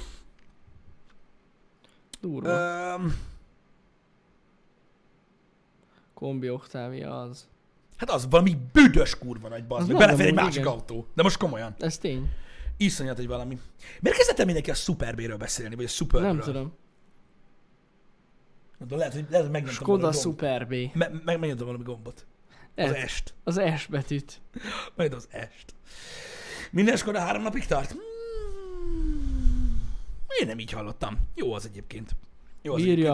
Durva. Kombi Octavia az. Hát az valami büdös kurva nagy bazd, Az meg mondom, belefér egy hogy másik igen. autó. De most komolyan. Ez tény. Iszonyat egy valami. Miért kezdett el mindenki a Superb-ről beszélni, vagy a Superbről? Nem tudom. Mondom, lehet, hogy megnyomtam Skoda valami Super B. megnyomtam valami gombot. Az est. Az S betűt. Majd az est. Minden Skoda 3 napig tart? Én nem így hallottam. Jó az egyébként. Jó az egyébként.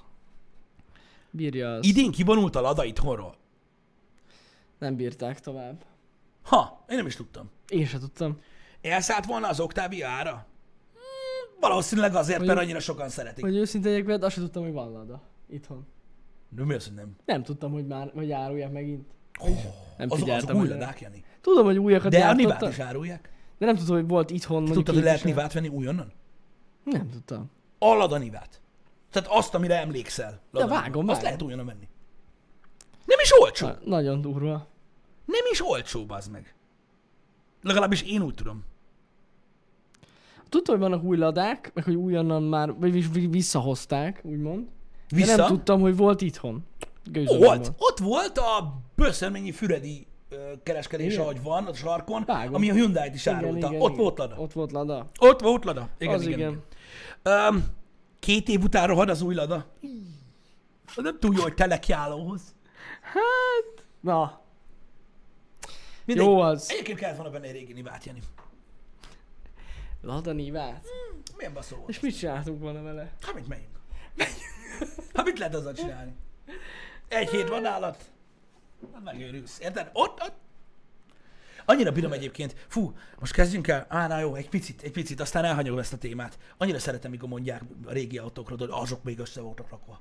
Bírja az. Idén kivonult a Lada itthonról. Nem bírták tovább. Ha, én nem is tudtam. Én se tudtam. Elszállt volna az Octavia ára? Valószínűleg azért, Vagy- mert annyira sokan szeretik. Hogy őszinte legyek veled, azt sem tudtam, hogy van Lada. Itthon. De mi az, hogy nem? Nem tudtam, hogy árulják megint. Nem Azok figyeltem. új hogy- Ladák, Jani. Tudom, hogy újakat De a gyártottak, Nivát is árulják. de nem tudtam, hogy volt itthon mondjuk Tudtad, hogy lehet képviselő. Nivát venni újonnan? Nem tudtam. A Lada Nivát. Tehát azt, amire emlékszel. Lada vágom, Nivát. Azt vágom. lehet újonnan venni. Nem is olcsó. Nagyon durva. Nem is olcsó, bazd meg. Legalábbis én úgy tudom. Tudtam, hogy vannak új Ladák, meg hogy újonnan már, vagy visszahozták, úgymond. De Vissza? nem tudtam, hogy volt itthon. Gőzölben Ott volt a Böszörményi Füredi kereskedés, Igen? ahogy van a sarkon, Vágom. ami a Hyundai-t is árulta. Ott volt Lada. Ott volt Lada. Ott volt Lada. Igen, Az igen. igen. 2 év után rohad az új Lada. Az nem túl jó, hogy telekjálóhoz. Na, Mindegy. jó az. Egyébként kellett volna benne egy régi Nivát, Jani. Lada Nivát. Milyen baszó volt? És mit csináltunk volna vele? Hát mit megyünk? Hát mit lehet azzal csinálni? 1 hét van nálad? Hát megőrülsz. Érted? Ott. Annyira bírom egyébként. Fú, most kezdjünk el. Na jó, egy picit, aztán elhanyagom ezt a témát. Annyira szeretem, mikor mondják a régi autókról, hogy azok még össze voltak rakva.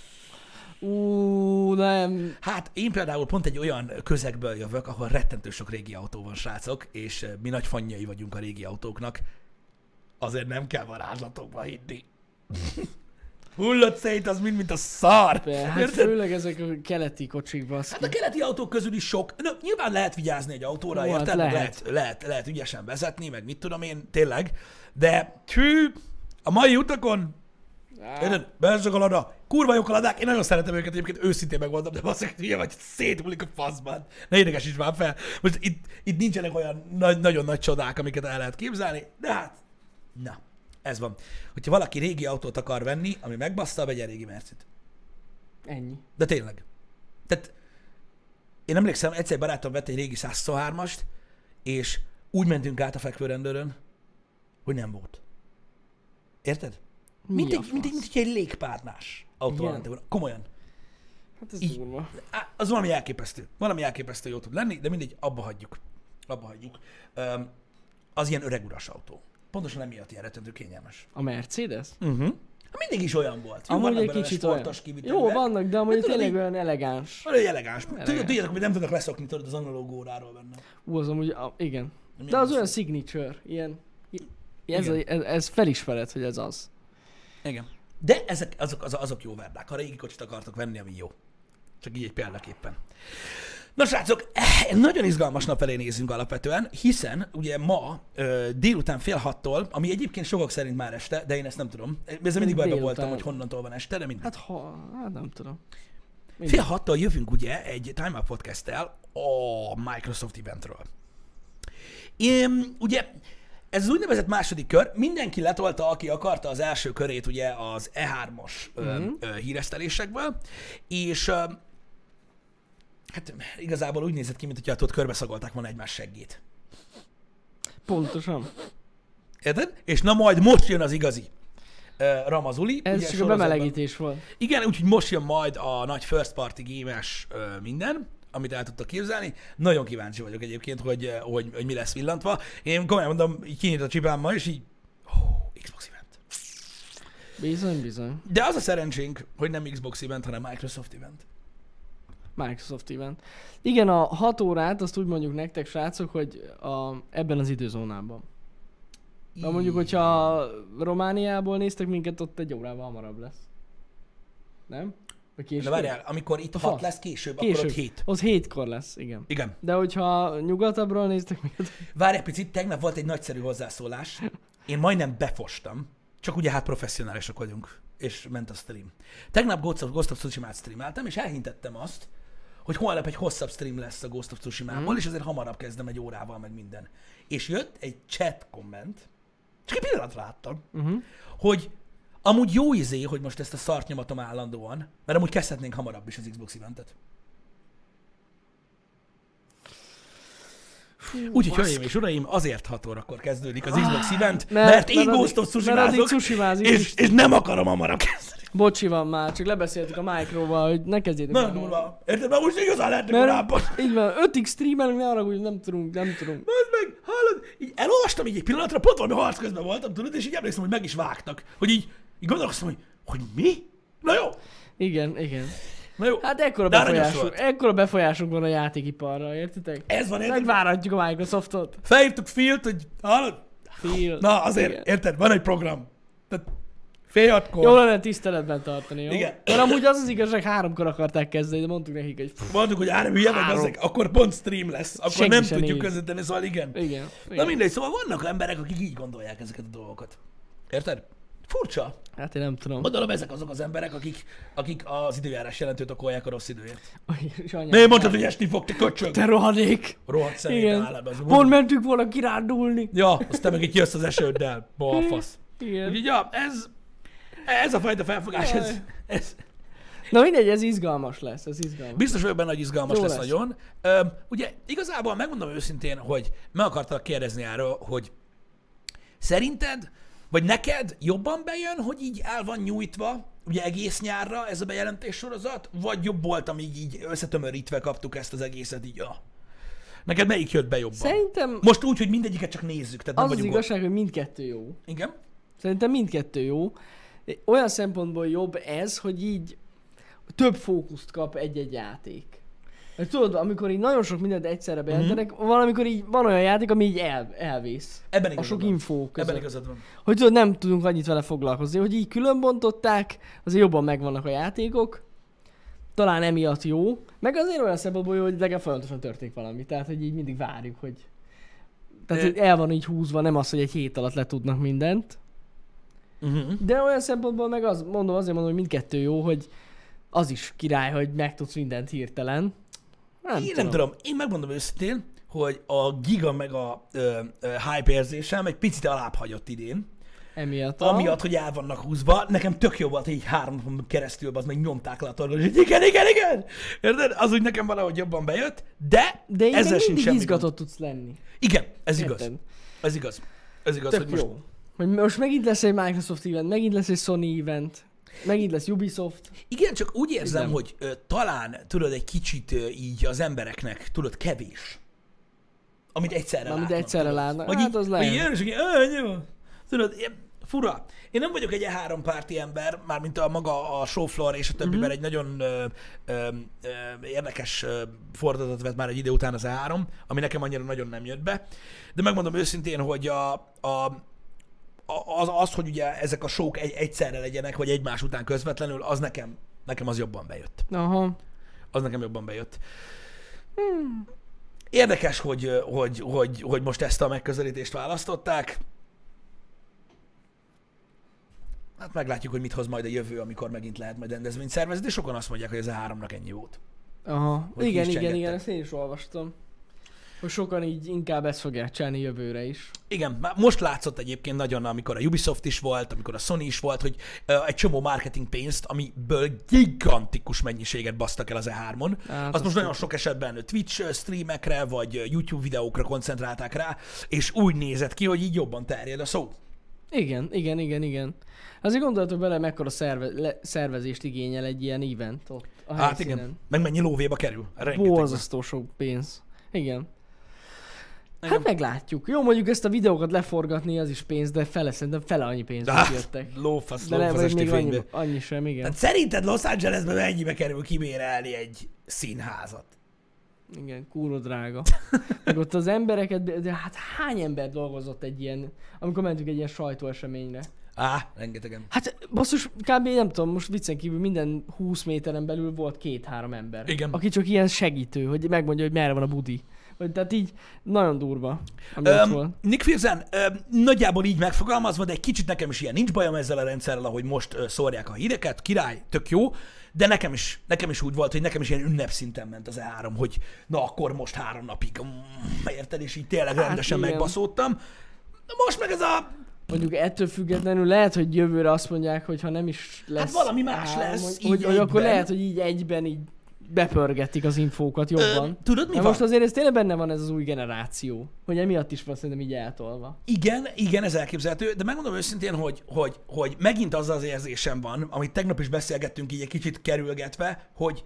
Nem. Hát én például pont egy olyan közegből jövök, ahol rettentő sok régi autó van, srácok, és mi nagy fanjai vagyunk a régi autóknak. Azért nem kell varázslatokba hinni. Hullott szét az mind, mint a szar. Hát Érted? főleg ezek a keleti kocsik, baszki. Hát a keleti autók közül is sok. No, nyilván lehet vigyázni egy autóra, Jó, hát érted? lehet. Lehet ügyesen vezetni, meg mit tudom én, tényleg. De hű, a mai utakon, érted? Bezzsök a Lada. Kurva jók a Ladák, én nagyon szeretem őket, egyébként őszintén megmondom, de basszak, hülye vagy, széthullik a faszban. Ne idegesíts már fel. Most itt nincsenek olyan nagyon nagy csodák, amiket el lehet képzelni, de hát, na, ez van. Hogyha valaki régi autót akar venni, ami megbassza, vegyen régi Mercit. Ennyi. De tényleg. Tehát én emlékszem, egyszer egy barátom vett egy régi 123-ast, és úgy mentünk át a fekvőrendőrön, hogy nem volt. Érted? Mint egy légpárnás autóval Igen. mentek volna. Komolyan. Hát ez Így. durva. Az valami elképesztő. Valami elképesztő jó tud lenni, de mindegy, abba hagyjuk. Az ilyen öreg uras autó. Pontosan emiatt ilyen rettentő kényelmes. A Mercedes? Mindig is olyan volt. Jó, Amúgy vannak egy belőle kicsit olyan. sportos kivitelek. Jó, vannak, de amúgy tudod, tényleg így- olyan elegáns. Van egy elegáns. Tudjátok, hogy nem tudnak leszokni tudod az analóg óráról benne. Az amúgy, igen. Milyen De az basszú. olyan signature, ilyen. Igen. Ez felismered, hogy ez az. Igen. De azok jó verdák, ha régi kocsit akartok venni, ami jó. Csak így egy példaképpen. Na srácok, nagyon izgalmas nap elé nézünk alapvetően, hiszen ugye ma délután 5:30-tól, ami egyébként sokak szerint már este, de én ezt nem tudom. Ezzel mindig bajban voltam, hogy honnantól van este, de mindegy. Hát nem tudom. 5:30-tól jövünk ugye egy Time Out Podcast-tel a Microsoft eventről. Ugye ez az úgynevezett második kör, mindenki letolta, aki akarta az első körét ugye az E3-os híresztelésekből, és hát igazából úgy nézett ki, mintha ott körbeszagolták volna egymás seggét. Pontosan. Érted? És na majd most jön az igazi Ramazuli. Ez csak a bemelegítés volt. Igen, úgyhogy most jön majd a nagy first party game-es minden, amit el tudtak képzelni. Nagyon kíváncsi vagyok egyébként, hogy mi lesz villantva. Én komolyan mondom, így kinyit a csipám ma, és így Xbox event. Bizony. De az a szerencsénk, hogy nem Xbox event, hanem Microsoft event. Microsoft event. Igen, a 6 órát, azt úgy mondjuk nektek, srácok, hogy ebben az időzónában. De mondjuk, hogyha Romániából néztek minket, ott egy órával hamarabb lesz. Nem? Vagy később? De várjál, amikor itt 6 lesz később, akkor ott 7. Az 7-kor lesz, igen. Igen. De hogyha nyugatabbról néztek minket... Várj egy picit, tegnap volt egy nagyszerű hozzászólás. Én majdnem befostam. Csak ugye hát professzionálisok vagyunk. És ment a stream. Tegnap Ghost of Tsushima-t streameltem, és elhintettem azt, hogy holnap egy hosszabb stream lesz a Ghost of Tsushima-ból, és ezért hamarabb kezdem egy órával, meg minden. És jött egy chat komment, csak egy pillanatra láttam, hogy amúgy jó izé, hogy most ezt a szart nyomatom állandóan, mert amúgy kezdhetnénk hamarabb is az Xbox eventet. Úgyhogy, hölgyeim és uraim, azért 6 órakor kezdődik az Xbox event, mert én Ghost of Tsushima-zok, és nem akarom hamarabb kezdeni. Bocsi van már, csak lebeszéltük a Microval, hogy ne kezdjétek már. Nem durva. Érted? Mert most igazán lehetne korábban. Így van, 5x streamelünk, ne arra, hogy nem tudunk. Bazd meg, hallod? Így elolvastam így egy pillanatra, pont valami harc közben voltam, tudod, és így emlékszem, hogy meg is vágtak. Hogy így gondolkoztam, hogy mi? Na jó. Igen. Na jó. Hát ekkora befolyásunk van a játékiparra, értitek? Ez van, érted? Megváratjuk a Microsoftot. Felhívtuk Phil-t, hogy hallod? Phil. Na azért, igen. Érted? Van egy program. Tehát 5:30-kor. Jó lenne tiszteletben tartani, jó? Igen. Mert amúgy az igazság 3-kor akarták kezdeni, de mondtuk nekik, hogy... Mondtuk, hogy nem hülye vagy azok, akkor pont stream lesz. Akkor senki nem tudjuk közvetíteni, szóval igen. Na mindegy, szóval vannak emberek, akik így gondolják ezeket a dolgokat. Érted? Furcsa. Hát én nem tudom. Gondolom, ezek azok az emberek, akik az időjárás jelentőt okolják a rossz időért. Miért mondtad, hogy esni fog, te köcsög? Te rohadék. Rohadt szemét állatban. Hol mentünk volna kirándulni? Ja, aztán meg itt jössz az esőddel. Balfasz. Igen. Úgyhogy ja, ez a fajta felfogás, ez... Na mindegy, ez izgalmas lesz, Biztos vagyok benne, hogy izgalmas lesz nagyon. Ugye igazából megmondom őszintén, hogy meg akartalak kérdezni erről, hogy szerinted, vagy neked jobban bejön, hogy így el van nyújtva, ugye egész nyárra ez a bejelentés sorozat, vagy jobb volt, amíg így összetömörítve kaptuk ezt az egészet így, Neked melyik jött be jobban? Szerintem... Most úgy, hogy mindegyiket csak nézzük, tehát nem az igazság, hogy mindkettő jó. Igen? Szerintem mindkettő jó. Olyan szempontból jobb ez, hogy így több fókuszt kap egy-egy játék. Mert tudod, amikor így nagyon sok mindent egyszerre bejelentenek, valamikor így van olyan játék, ami így elvész. Ebben a sok infó között. Ebben igazad van. Hogy tudod, nem tudunk annyit vele foglalkozni. Hogy így különbontották, azért jobban megvannak a játékok. Talán emiatt jó. Meg azért olyan szempontból jó, hogy legalább folyamatosan történik valami. Tehát, hogy így mindig várjuk, hogy... Tehát, hogy el van így húzva, nem az, hogy egy hét alatt letudnak mindent. De olyan szempontból meg azért mondom, hogy mindkettő jó, hogy az is király, hogy megtudsz mindent hirtelen. Nem tudom. Én megmondom őszintén, hogy a giga meg a hype érzésem egy picit alább hagyott idén. Amiatt, hogy el vannak húzva. Nekem tök jó volt, hogy így 3 napon keresztül az meg nyomták le a tornot, hogy igen. Érted? Az úgy nekem valahogy jobban bejött, de ezzel sincs semmi izgatott tudsz lenni. Igen, ez igaz. Ez igaz, tök hogy most megint lesz egy Microsoft event, megint lesz egy Sony event. Megint lesz Ubisoft. Igen, csak úgy érzem, hogy talán, tudod, egy kicsit így az embereknek, tudod, kevés. Amit egyszerre látnak. Hát az lehet. Jön, és jó. Tudod, fura. Én nem vagyok egy E3 párti ember, mármint a maga a showfloor és a többiben egy nagyon érdekes fordulatot vett már egy idő után az E3, ami nekem annyira nagyon nem jött be. De megmondom őszintén, hogy az, hogy ugye ezek a showk egyszerre legyenek, vagy egymás után közvetlenül, az nekem az jobban bejött. Aha. Az nekem jobban bejött. Érdekes, hogy most ezt a megközelítést választották. Hát meglátjuk, hogy mit hoz majd a jövő, amikor megint lehet majd rendezvényt szervezni, de sokan azt mondják, hogy ez a 3-nak ennyi volt. Aha, Hogy ki is igen, csengettek. ezt én is olvastam. Hogy sokan így inkább ezt fogják csinálni jövőre is. Igen, már most látszott egyébként nagyon, amikor a Ubisoft is volt, amikor a Sony is volt, hogy egy csomó marketing pénzt, amiből gigantikus mennyiséget basztak el az E3-on. Hát, azt most nagyon sok esetben Twitch streamekre, vagy YouTube videókra koncentrálták rá, és úgy nézett ki, hogy így jobban terjed a szó. Igen. Azért gondoltok bele, mekkora szervezést igényel egy ilyen event ott a Hát helyszínen. igen, meg mennyi lóvéba kerül. Rengeteg. Borzasztó sok pénz. Igen. Hát Igen. meglátjuk. Jó, mondjuk ezt a videókat leforgatni, az is pénz, de szerintem fele annyi pénzbe jöttek. Lófasz De lehet, hogy esti még fénybe. annyi sem, igen. Tehát szerinted Los Angelesben mennyibe kerül kibérelni egy színházat? Igen, kurva drága. Meg ott az embereket, de hát hány ember dolgozott egy ilyen, amikor mentünk egy ilyen sajtóeseményre? Rengetegen. Hát basszus, kb. Nem tudom, most viccen kívül minden 20 méteren belül volt 2-3 ember. Igen. Aki csak ilyen segítő, hogy megmondja, hogy merre van a budi. Vagy, tehát így nagyon durva, ami ott volt. Nick Firzen, nagyjából így megfogalmazva, de egy kicsit nekem is ilyen nincs bajom ezzel a rendszerrel, ahogy most szórják a híreket, király, tök jó, de nekem is úgy volt, hogy nekem is ilyen ünnepszinten ment az E3, hogy na akkor most 3 napig, érted, és így tényleg rendesen igen. megbaszódtam. Na most meg ez a... Mondjuk ettől függetlenül lehet, hogy jövőre azt mondják, hogy ha nem is lesz... Hát valami más lesz, így hogy akkor egyben. lehet, hogy így egyben így bepörgetik az infókat jobban. Tudod mi de van? most azért ez tényleg benne van ez az új generáció, hogy emiatt is van szerintem így eltolva. Igen, ez elképzelhető, de megmondom őszintén, hogy megint az az érzésem van, amit tegnap is beszélgettünk így egy kicsit kerülgetve, hogy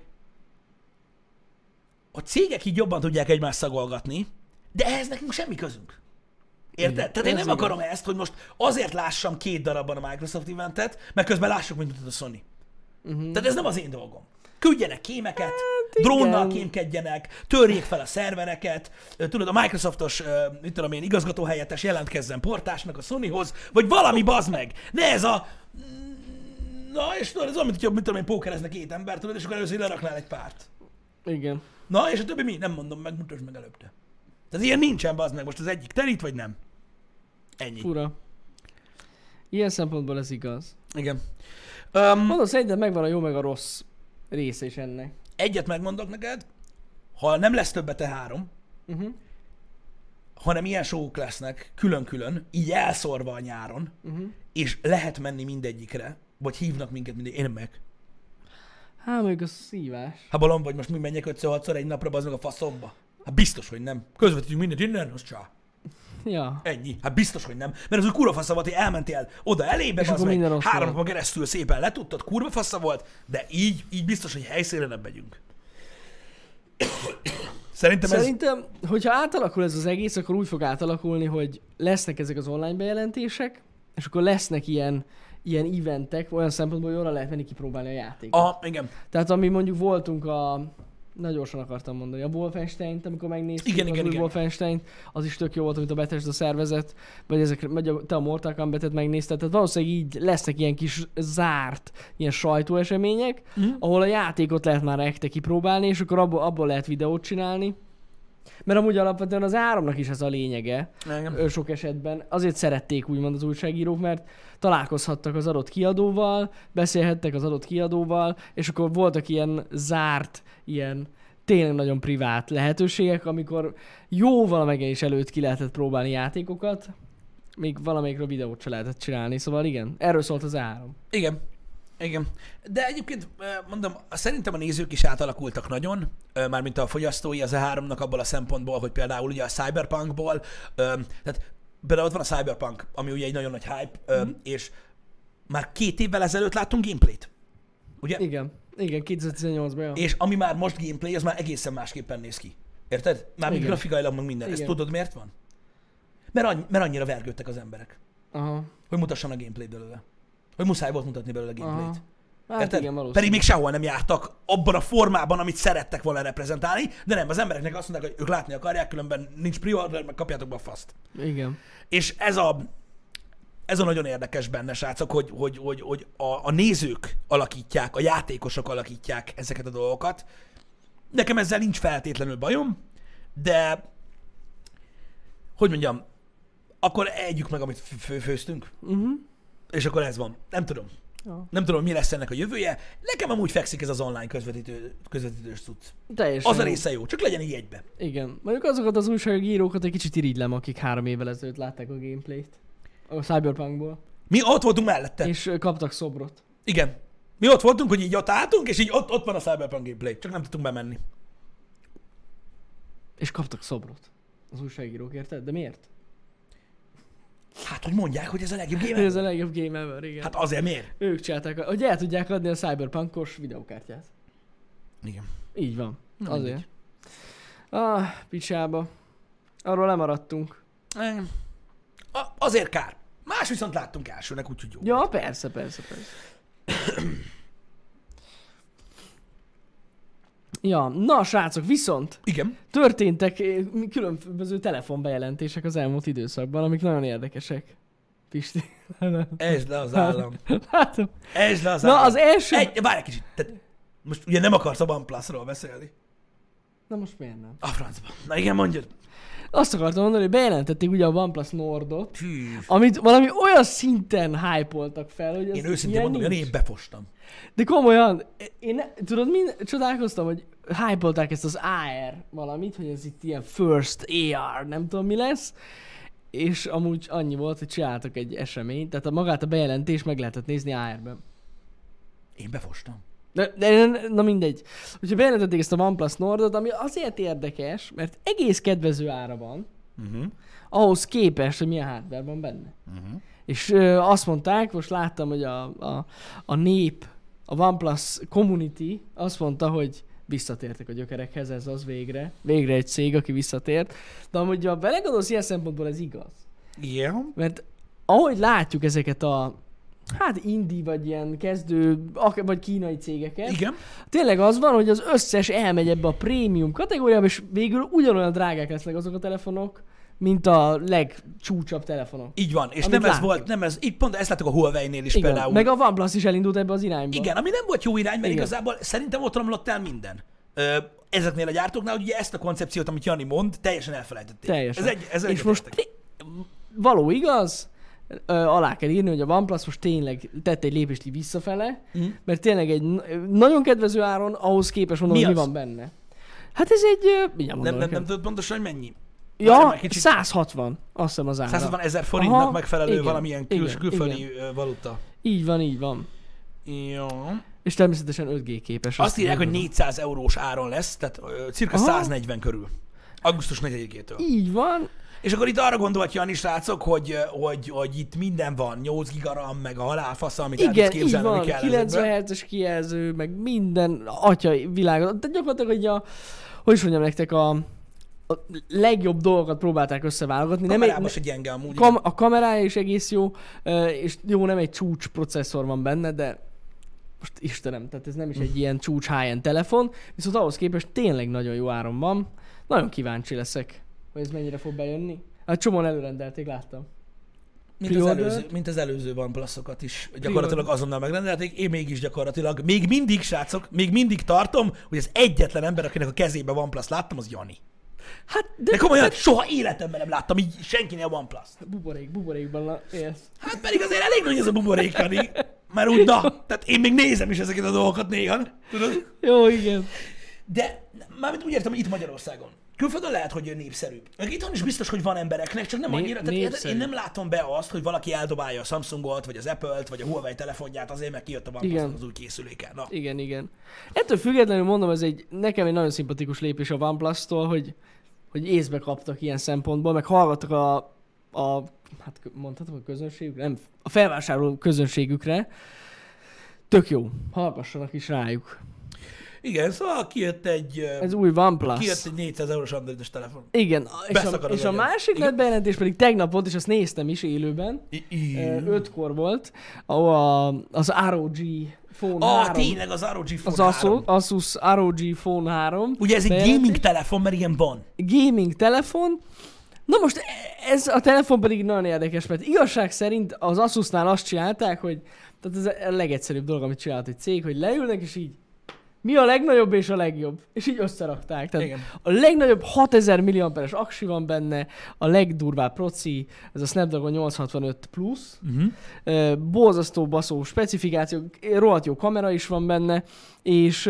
a cégek így jobban tudják egymást szagolgatni, de ehhez nekünk semmi közünk. Érted? Igen, Tehát én ez nem igaz. akarom ezt, hogy most azért lássam 2 darabban a Microsoft eventet, mert közben lássuk, mint mutat a Sony. Tehát ez nem az én dolgom. Küldjenek kémeket, drónnal igen. kémkedjenek, törjék fel a szervereket, tudod, a Microsoftos, mit tudom én, igazgatóhelyettes jelentkezzen portásnak a Sonyhoz, vagy valami bazd meg. Ne ez a... Na, és tudod, ez olyan, mint hogy mit tudom én, pókereznek 2 ember, tudod, és akkor először leraknál egy párt. Igen. Na, és a többi mi? Nem mondom meg, mutasd meg előtte. Tehát ilyen nincsen, bazd meg, most az egyik terít, vagy nem. Ennyi. Fura. Ilyen szempontból ez igaz. Igen. Mondom, szerintem megvan a jó meg a rossz része is ennek. Egyet megmondok neked, ha nem lesz többet E3, hanem ilyen showok lesznek külön-külön, így elszórva a nyáron, és lehet menni mindegyikre, vagy hívnak minket én meg. Hát mondjuk a szívás. Ha balom vagy most mi menjek 5-6-szor egy napra, bazd meg a faszomba. Hát biztos, hogy nem. Közvetítünk mindent innen, az csá. Ja. Ennyi. Hát biztos, hogy nem. Mert az úgy kurva fasza volt, hogy elmentél oda elébe, És az akkor meg minden ott 3 volt. napon keresztül szépen letudtad, kurva fasza volt, de így biztos, hogy helyszínre nem megyünk. Szerintem, hogyha átalakul ez az egész, akkor úgy fog átalakulni, hogy lesznek ezek az online bejelentések, és akkor lesznek ilyen eventek, olyan szempontból, hogy oda lehet menni kipróbálni a játékot. Igen. Tehát ami mondjuk voltunk nagyon gyorsan akartam mondani, a Wolfenstein-t, amikor megnéztük Igen. Wolfenstein-t, az is tök jó volt, amit a Bethesda szervezet, vagy te a Mortal Kombat-et megnézted, tehát valószínűleg így lesznek ilyen kis zárt, ilyen sajtóesemények, ahol a játékot lehet már ekte kipróbálni, és akkor abból lehet videót csinálni. Mert amúgy alapvetően az áramnak is ez a lényege, Igen. sok esetben. Azért szerették úgymond az újságírók, mert találkozhattak az adott kiadóval, beszélhettek az adott kiadóval, és akkor voltak ilyen zárt, ilyen tényleg nagyon privát lehetőségek, amikor jóval is előtt ki lehetett próbálni játékokat, még valamelyikről videót se lehetett csinálni, szóval igen, erről szólt az áram. Igen. De egyébként mondom, szerintem a nézők is átalakultak nagyon, mármint a fogyasztói az E3-nak abból a szempontból, hogy például ugye a Cyberpunkból, tehát például ott van a Cyberpunk, ami ugye egy nagyon nagy hype, és már 2 évvel ezelőtt láttunk gameplayt. Ugye? Igen, 2018-ban. Ja. És ami már most gameplay, az már egészen másképpen néz ki. Érted? Mármint Igen. grafikailag meg minden. Ezt Igen. tudod miért van? Mert annyira vergődtek az emberek, Aha. hogy mutassanak gameplayt belőle. Hogy muszáj volt mutatni belőle gameplayt. Hát Érted? igen, valószínű. Pedig még sehol nem jártak abban a formában, amit szerettek volna reprezentálni, de nem, az embereknek azt mondták, hogy ők látni akarják, különben nincs pre-order, meg kapjátok be a faszt. Igen. És ez a nagyon érdekes benne, srácok, hogy a nézők alakítják, a játékosok alakítják ezeket a dolgokat. Nekem ezzel nincs feltétlenül bajom, de hogy mondjam, akkor együk meg, amit főztünk, és akkor ez van. Nem tudom. Ja. Nem tudom, mi lesz ennek a jövője. Nekem amúgy fekszik ez az online közvetítős cucc. Teljesen Az a jó. része jó, csak legyen így egybe. Igen. Mondjuk azokat az újságírókat egy kicsit irigylem, akik 3 évvel ezelőtt látták a gameplayt. A Cyberpunkból. Mi ott voltunk mellette. És kaptak szobrot. Igen. Mi ott voltunk, hogy így ott álltunk, és így ott van a Cyberpunk gameplay. Csak nem tudtunk bemenni. És kaptak szobrot. Az újságírók, érted? De miért? Hát, hogy mondják, hogy ez a legjobb game Ez a ever. legjobb game ever, igen. Hát azért miért? Ők csinálták, hogy el tudják adni a Cyberpunkos videókártyát. Igen. Így van. Na, Azért. mindegy. Picsába. Arról lemaradtunk. Azért kár. Más viszont láttunk elsőnek, úgyhogy jó. Ja, persze. Ja, na srácok, viszont Igen. történtek különböző telefonbejelentések az elmúlt időszakban, amik nagyon érdekesek. Pisti. Ez le az állam. Látom. Ez le az Na, állam. az első... Várj egy kicsit. Tehát most ugye nem akarsz a OnePlus-ról beszélni. Na most miért nem? A francba. Na igen, mondjad. Azt akartam mondani, hogy bejelentették ugye a OnePlus Nordot, Hű. amit valami olyan szinten hype-oltak fel, hogy ez Én őszintén ilyen mondom, hogy nincs. én befostam. De komolyan, tudod, csodálkoztam, hogy hype-olták ezt az AR valamit, hogy ez itt ilyen first AR, nem tudom mi lesz, és amúgy annyi volt, hogy csináltak egy eseményt, tehát magát a bejelentés meg lehetett nézni AR-ben. Én befostam. Na mindegy. Úgyhogy bejelentették ezt a OnePlus Nordot, ami azért érdekes, mert egész kedvező ára van, ahhoz képest, hogy milyen hardware van benne. És azt mondták, most láttam, hogy a nép, a OnePlus community azt mondta, hogy visszatértek a gyökerekhez, ez az végre. Végre egy cég, aki visszatért. De amúgy, ha belegondolsz, ilyen szempontból ez igaz. Igen. Mert ahogy látjuk ezeket a indie, vagy ilyen kezdő, vagy kínai cégeket, Igen. tényleg az van, hogy az összes elmegy ebbe a prémium kategóriába, és végül ugyanolyan drágák lesznek azok a telefonok, mint a legcsúcsabb telefonok. Így van, és Amit nem ez láttuk. volt, nem ez, így pont ezt láttuk a Huawei-nél is Igen, például. meg a OnePlus is elindult ebbe az irányba. Igen, ami nem volt jó irány, mert Igen. igazából szerintem ott romlott el minden. Ezeknél a gyártóknál ugye ezt a koncepciót, amit Jani mond, teljesen elfelejtették. Teljesen. Ez és most való igaz, alá kell írni, hogy a OnePlus most tényleg tett egy lépést így visszafele, mert tényleg egy nagyon kedvező áron, ahhoz képest mondom, Mi hogy mi az? van benne. Hát ez egy... mindjárt mondom nem neked. tudod pontosan, hogy mennyi? Ja, Már kicsit- 160, azt hiszem az ára. 160 000 forintnak Aha, megfelelő igen, valamilyen igen, külföldi valuta. Így van. Jó. És természetesen 5G képes. Azt írják, hogy mondom. 400 eurós áron lesz, tehát cirka Aha. 140 körül. Augusztus 4-től. Így van. És akkor itt arra gondolt Jani, srácok, hogy itt minden van, 8 gigaram, meg a halálfasza, amit el tudsz Igen, így képzelni, van. ami kell 90 ezekbe. Hz-es kijelző, meg minden atya világot. Tehát gyakorlatilag, hogy hogy is mondjam nektek, a legjobb dolgokat próbálták összeválogatni. Kamerában se gyenge amúgy. A kamerája is egész jó, és jó, nem egy csúcs processzor van benne, de most Istenem, tehát ez nem is egy ilyen csúcs high-end telefon, viszont ahhoz képest tényleg nagyon jó áron van. Nagyon kíváncsi leszek, hogy ez mennyire fog bejönni. Hát csomóan előrendelték, láttam. Mint az előző OnePlus-okat is gyakorlatilag azonnal megrendelték. Én mégis gyakorlatilag, még mindig, srácok, még mindig tartom, hogy az egyetlen ember, akinek a kezébe OnePlus láttam, az Jani. Hát, De komolyan, soha életemben nem láttam így senkinél OnePlus. Buborékban élsz. Hát pedig azért elég nagy ez a buborék, Jani. Mert úgy, tehát én még nézem is ezeket a dolgokat néha, tudod? Jó, igen. De mármint úgy értem, hogy itt Magyarországon. Külföldön lehet, hogy népszerűbb. Meg itthon is biztos, hogy van embereknek, csak nem annyira. Tehát népszerű. én nem látom be azt, hogy valaki eldobálja a Samsungot, vagy az Apple-t, vagy a Huawei telefonját azért, mert kijött a OnePlus az új készüléke. Na. Igen. Ettől függetlenül mondom, ez nekem egy nagyon szimpatikus lépés a OnePlus-tól, hogy észbe kaptak ilyen szempontból, meg hallgattak hát mondhatom a közönségükre, nem, a felvásárló közönségükre. Tök jó. Hallgassanak is rájuk. Igen, szóval kijött egy Ez új OnePlus. 400 eurós androidos telefon. Igen, Beszakad az és a agyad. másik Igen. nagy bejelentés pedig tegnap volt, és azt néztem is élőben. 5-kor volt, ahol az ROG Phone 3. Tényleg az ROG Phone Az 3. Asus ROG Phone 3. Ugye ez egy bejelentés. gaming telefon, mert ilyen van. Gaming telefon. Na most ez a telefon pedig nagyon érdekes, mert igazság szerint az Asusnál azt csinálták, hogy tehát ez a legegyszerűbb dolog, amit csinált egy cég, hogy leülnek és így mi a legnagyobb és a legjobb. És így összerakták. Tehát Igen. a legnagyobb 6000 mAh-es aksi van benne, a legdurvább proci, ez a Snapdragon 865 Plus, borzasztó baszó specifikáció, rohadt jó kamera is van benne, és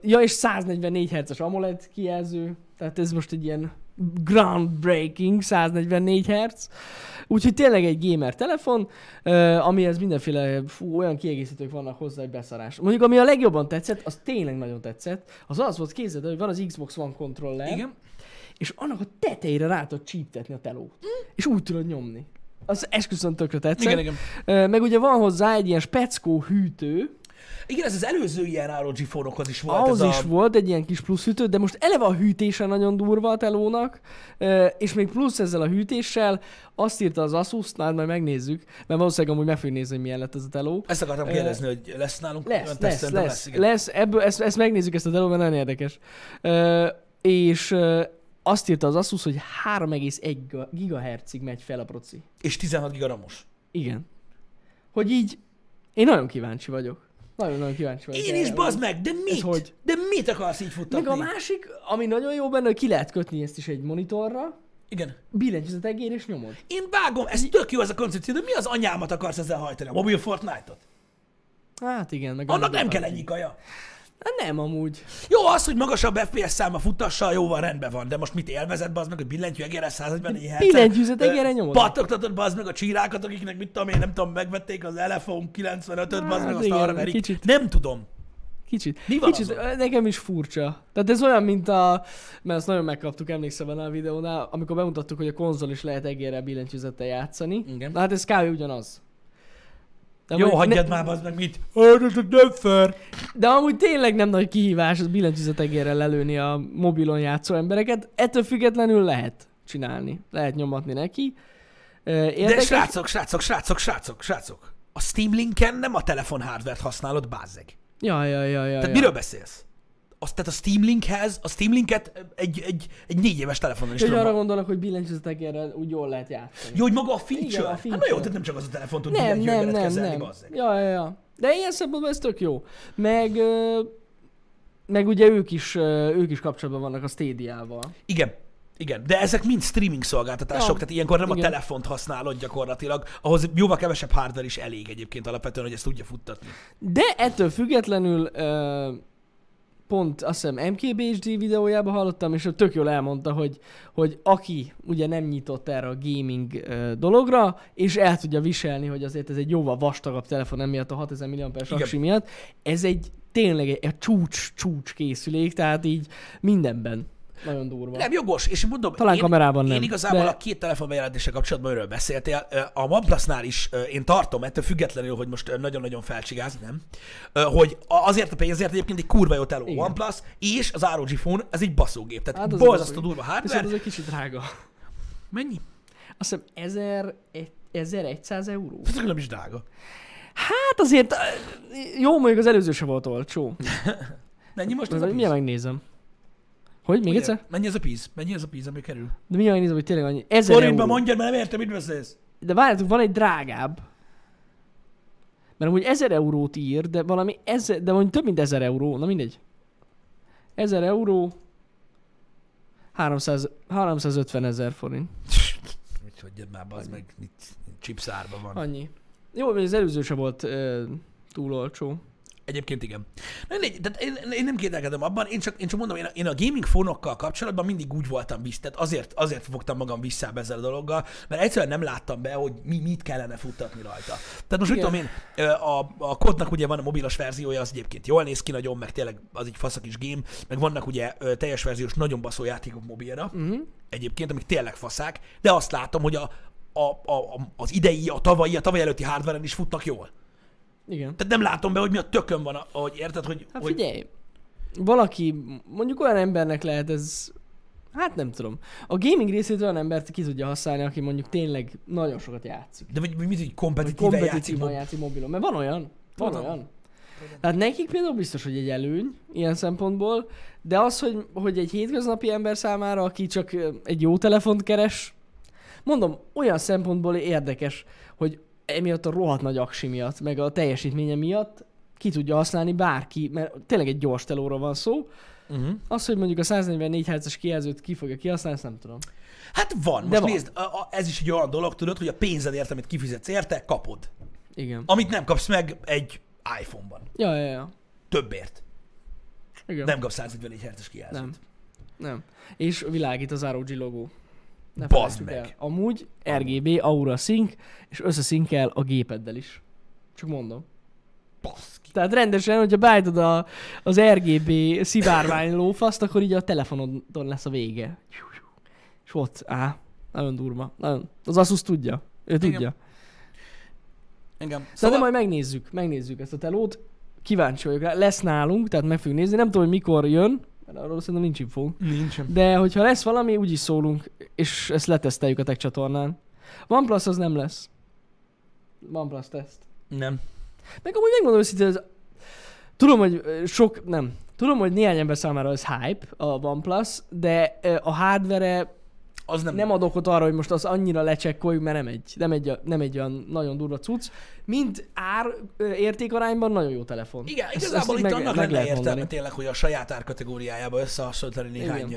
144 Hz-es AMOLED kijelző, tehát ez most egy ilyen groundbreaking 144 Hz. Úgyhogy tényleg egy gamer telefon, amihez mindenféle olyan kiegészítők vannak hozzá, hogy beszarás. Mondjuk ami a legjobban tetszett, az tényleg nagyon tetszett, az volt, képzeld, hogy van az Xbox One controller, Igen. és annak a tetejére rá tudod csíptetni a telót. És úgy tudod nyomni. Az esküszöm tökre tetszett. Igen. Meg ugye van hozzá egy ilyen speckó hűtő. Igen, ez az előző ilyen ROG fónokhoz is volt. Ahhoz ez is volt egy ilyen kis plusz hűtő, de most eleve a hűtése nagyon durva a telónak, és még plusz ezzel a hűtéssel azt írta az Asus, majd megnézzük, mert valószínűleg amúgy meg fogjuk nézni, hogy milyen lett ez a teló. Ezt akartam kérdezni, hogy lesz nálunk? Lesz. Ebből, ezt megnézzük ezt a telót, mert nagyon érdekes. És azt írta az Asus, hogy 3,1 GHz-ig megy fel a proci. És 16 GB RAM-os. Igen. Hogy így, én nagyon kíváncsi vagyok. Nagyon-nagyon kíváncsi vagyok. Én is, bazd meg, de mit? Hogy? De mit akarsz így futtatni? Meg a másik, ami nagyon jó benne, hogy ki lehet kötni ezt is egy monitorra, Igen. billentyűzet egér és nyomod. Én vágom, ez tök jó ez a koncepció, de mi az anyámat akarsz ezzel hajtani? A mobil Fortnite-ot? Hát igen. Meg Annak nem kell ennyi kaja. Hát nem amúgy. Jó, az, hogy magasabb FPS száma futtassa, jóval rendben van, de most mit élvezed, bazd meg, hogy billentyű egérre 144 Hz-en? Billentyűzet egérre nyomod. Pattogtatod, bazd meg a csírákat, akiknek mit tudom én, nem tudom, megvették az Elefone 95-öt, bazd meg, azt igen, arra verik. kicsit. Nem tudom. Kicsit. Mi van Kicsit, azon? nekem is furcsa. Tehát ez olyan, mint mert azt nagyon megkaptuk, emlékszem benne a videónál, amikor bemutattuk, hogy a konzol is lehet egérrel billentyűzettel játszani. Igen. Na hát ez kb. Ugyanaz. De Jó, amúgy hagyjad már, bazd meg, mit? Ez nem fair. De amúgy tényleg nem nagy kihívás az billentyűzet egérrel lelőni a mobilon játszó embereket. Ettől függetlenül lehet csinálni. Lehet nyomatni neki. De srácok. A Steam Linken nem a telefon hardware-t használod, bázzeg. Ja. Tehát miről beszélsz? Tehát a Steam Linket egy 4 éves telefonon is Hogy tudom. arra gondolok, hogy billentyűzet egérrel úgy jól lehet játszani. Jó, hogy maga a feature? Igen, a Hát feature. na jó, tehát nem csak az a telefon tud Nem. kezelni, bazzeg. Ja. De ilyen szempontból ez tök jó. Meg ugye ők is kapcsolatban vannak a Stadia-val. Igen, de ezek mind streaming szolgáltatások, tehát ilyenkor nem a telefont használod gyakorlatilag, ahhoz jóval kevesebb hardware is elég egyébként alapvetően, hogy ezt tudja futtatni. De ettől függetlenül pont azt hiszem MKBHD videójában hallottam, és ő tök jól elmondta, hogy aki ugye nem nyitott erre a gaming dologra, és el tudja viselni, hogy azért ez egy jóval vastagabb telefon emiatt a 6000 mAh-es aksi miatt, ez tényleg egy csúcs készülék, tehát így mindenben. Nagyon durva. Nem, jogos, és mondom, Talán kamerában nem. Én igazából a két telefonbejelentéssel kapcsolatban őről beszéltél. A OnePlus-nál is én tartom, ettől függetlenül, hogy most nagyon-nagyon felcsigáz, nem? Hogy azért a pénzért egyébként egy kurva jó teló OnePlus, és az ROG Phone, ez egy baszógép. Tehát hát borzasztó durva hardware. Viszont az egy kicsit drága. Mennyi? Azt hiszem 1100 euró. Ez nem is drága. Hát azért, jó, mondjuk az előző se volt olcsó. Mennyi most ez a Mindjárt megnézem. Hogy? Még egyszer? Mennyi ez a piece? Ami kerül? De mindjárt megnézem, hogy tényleg annyi. 1000 Forintban euró. mondjad, mert nem értem, mit beszélsz. De várjátok, van egy drágább. Mert amúgy 1000 eurót ír, de valami de mondjuk több mint 1000 euró. Na mindegy. 1000 euró. 350 000 forint. Hogy hagyjad már, bazd meg, chipsárban van. Annyi. Jó, mert az előző se volt túl olcsó. Egyébként igen. Tehát én nem kételkedem abban, én csak mondom, én a gaming fónokkal kapcsolatban mindig úgy voltam tehát azért fogtam magam vissza ezzel a dologgal, mert egyszerűen nem láttam be, hogy mit kellene futtatni rajta. Tehát most tudom én, a kodnak ugye van a mobilos verziója, az egyébként jól néz ki nagyon, meg tényleg az egy faszak is game, meg vannak ugye teljes verziós, nagyon baszó játékok mobilra, egyébként, amik tényleg faszák, de azt látom, hogy az idei, a tavalyi előtti hardware-en is futnak jól. Igen. Tehát nem látom be, hogy mi a tökön van, hogy érted, hogy... Hát figyelj, valaki, mondjuk olyan embernek lehet ez, hát nem tudom. A gaming részét olyan embert ki tudja használni, aki mondjuk tényleg nagyon sokat játszik. De vagy mit, hogy kompetitíven játszik mobilon, mert van olyan. Tehát nekik például biztos, hogy egy előny ilyen szempontból, de az, hogy egy hétköznapi ember számára, aki csak egy jó telefont keres, mondom, olyan szempontból érdekes, hogy emiatt a rohadt nagy aksi miatt, meg a teljesítménye miatt ki tudja használni bárki, mert tényleg egy gyors telóról van szó. Az, hogy mondjuk a 144 Hz-es kijelzőt ki fogja kihasználni, ezt nem tudom. Hát van. Most nézd, ez is egy olyan dolog, tudod, hogy a pénzedért, amit kifizetsz érte, kapod. Igen. Amit nem kapsz meg egy iPhone-ban. Ja. Többért. Igen. Nem kapsz 144 Hz-es kijelzőt. Nem. És világít az ROG logó. Ne Bazd felejtsük meg. el. Amúgy RGB, Aura Sync, és összeszinkel a gépeddel is. Csak mondom. Baszki. Tehát rendesen, hogyha beállítod az RGB szivárvány lófaszt, akkor így a telefonodon lesz a vége. És ott, nagyon durva. Nagyon. Az Asus tudja. Ő tudja. Engem. Szóval majd megnézzük ezt a telót. Kíváncsi vagyok rá. Lesz nálunk, tehát meg fogjuk nézni. Nem tudom, hogy mikor jön, mert arról szerintem nincs infó. Nincsen. De hogyha lesz valami, úgyis szólunk, és ezt leteszteljük a tech csatornán. OnePlus az nem lesz. OnePlus teszt. Nem. Meg amúgy megmondom őszintén, tudom, hogy Tudom, hogy néhány ember számára ez hype, a OnePlus, de a hardware Az nem ad okot arra, hogy most az annyira lecsekkoljuk, mert nem egy olyan nagyon durva cucc. Mint értékarányban nagyon jó telefon. Igen, igazából itt annak lenne értelme tényleg, hogy a saját árkategóriába összehasonlítani néhány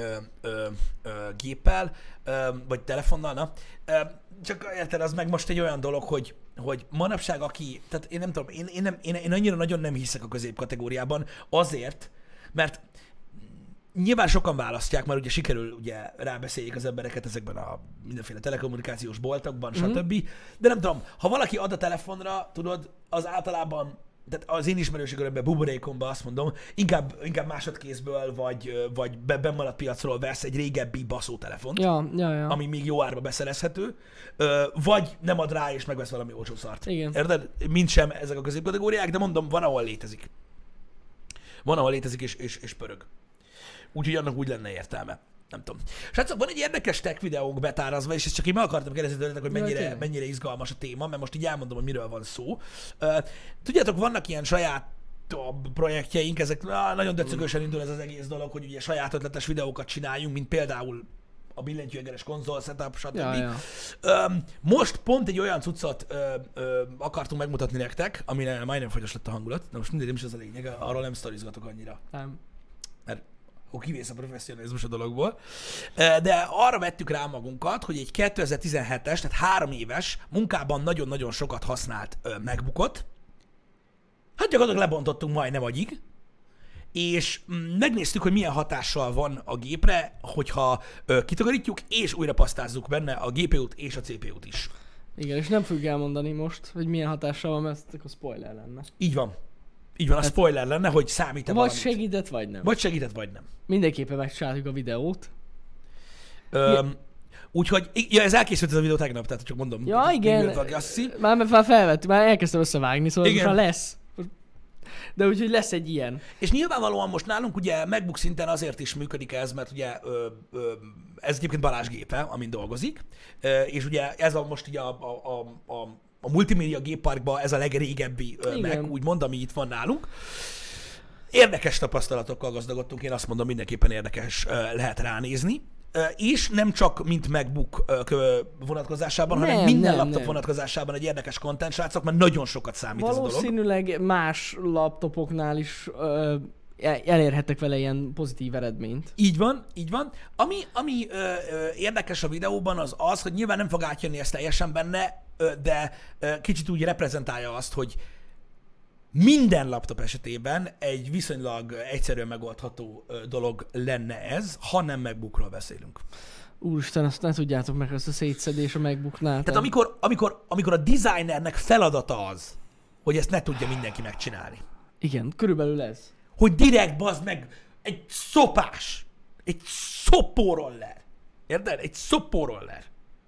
géppel, vagy telefonnal, na. Csak érted, az meg most egy olyan dolog, hogy manapság tehát én nem tudom, én annyira nagyon nem hiszek a középkategóriában azért, mert nyilván sokan választják, mert ugye sikerül ugye rábeszéljék az embereket ezekben a mindenféle telekommunikációs boltokban, stb. De nem tudom, ha valaki ad a telefonra, tudod, az általában, tehát az én ismerősi körömben, buborékomban azt mondom, inkább másodkézből, vagy bennmaradt piacról vesz egy régebbi baszótelefont, ami még jó árba beszerezhető, vagy nem ad rá és megvesz valami olcsó szart. Igen. Érted? Mind sem ezek a középkategóriák, de mondom, van, ahol létezik. Van, ahol létezik és pörög. Úgyhogy annak úgy lenne értelme. Nem tudom. Srácok, van egy érdekes tech videónk betárazva, és ezt csak én meg akartam kérdezni tőletek, hogy mennyire izgalmas a téma, mert most így elmondom, hogy miről van szó. Tudjátok, vannak ilyen saját projektjeink, ezek nagyon döcögösen indul ez az egész dolog, hogy ugye saját ötletes videókat csináljunk, mint például a billentyűengeres konzol setup, stb. Most pont egy olyan cuccot akartunk megmutatni nektek, amire majdnem fogyos lett a hangulat, de most mindegy, nem is az a lényeg, arról nem sztorizgatok annyira. Nem. Mert akkor kivész a professzionalizmus a dologból. De arra vettük rá magunkat, hogy egy 2017-es, tehát 3 éves munkában nagyon-nagyon sokat használt MacBookot, hát gyakorlatilag lebontottunk majdnem agyig, és megnéztük, hogy milyen hatással van a gépre, hogyha kitakarítjuk, és újra pasztázzuk benne a GPU-t és a CPU-t is. Igen, és nem fogjuk elmondani most, hogy milyen hatással van, mert akkor spoiler lenne. Így van. Így van, a spoiler lenne, hogy számít-e valamit. Vagy segített, vagy nem. Vagy segített, vagy nem. Mindenképpen megcsináljuk a videót. Úgyhogy, ez elkészült ez a videó tegnap, tehát csak mondom. Ja, igen. Már felvettük, már elkezdtem összevágni, szóval most már lesz. De úgyhogy lesz egy ilyen. És nyilvánvalóan most nálunk ugye MacBook szinten azért is működik ez, mert ugye ez egyébként Balázs gépe, amin dolgozik, és ugye ez most ugye a multimédia gépparkban ez a legrégebbi Mac, úgymond, ami itt van nálunk. Érdekes tapasztalatokkal gazdagodtunk, én azt mondom, mindenképpen érdekes lehet ránézni. És nem csak mint MacBook vonatkozásában, hanem minden laptop vonatkozásában egy érdekes content, srácok, mert nagyon sokat számít ez a dolog. Valószínűleg más laptopoknál is elérhettek vele ilyen pozitív eredményt. Így van, így van. Ami érdekes a videóban az, hogy nyilván nem fog átjönni ezt teljesen benne, de kicsit úgy reprezentálja azt, hogy minden laptop esetében egy viszonylag egyszerűen megoldható dolog lenne ez, ha nem MacBookról beszélünk. Úristen, azt ne tudjátok meg, ezt a szétszedés a MacBooknál. Tehát amikor a designernek feladata az, hogy ezt ne tudja mindenki megcsinálni. Igen, körülbelül ez. Hogy direkt, bazd meg, egy szopóroller. Érted? Egy szopóroller.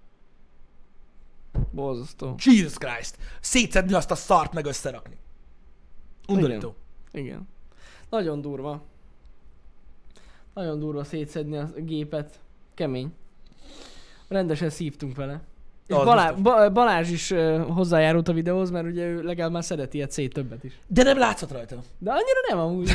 Borzasztó. Jesus Christ. Szétszedni azt a szart, meg összerakni. Undorító. Igen. Nagyon durva. Nagyon durva szétszedni a gépet. Kemény. Rendesen szívtunk vele. És Balázs is hozzájárult a videóhoz, mert ugye ő legalább már szeret ilyet többet is. De nem látszott rajta. De annyira nem amúgy.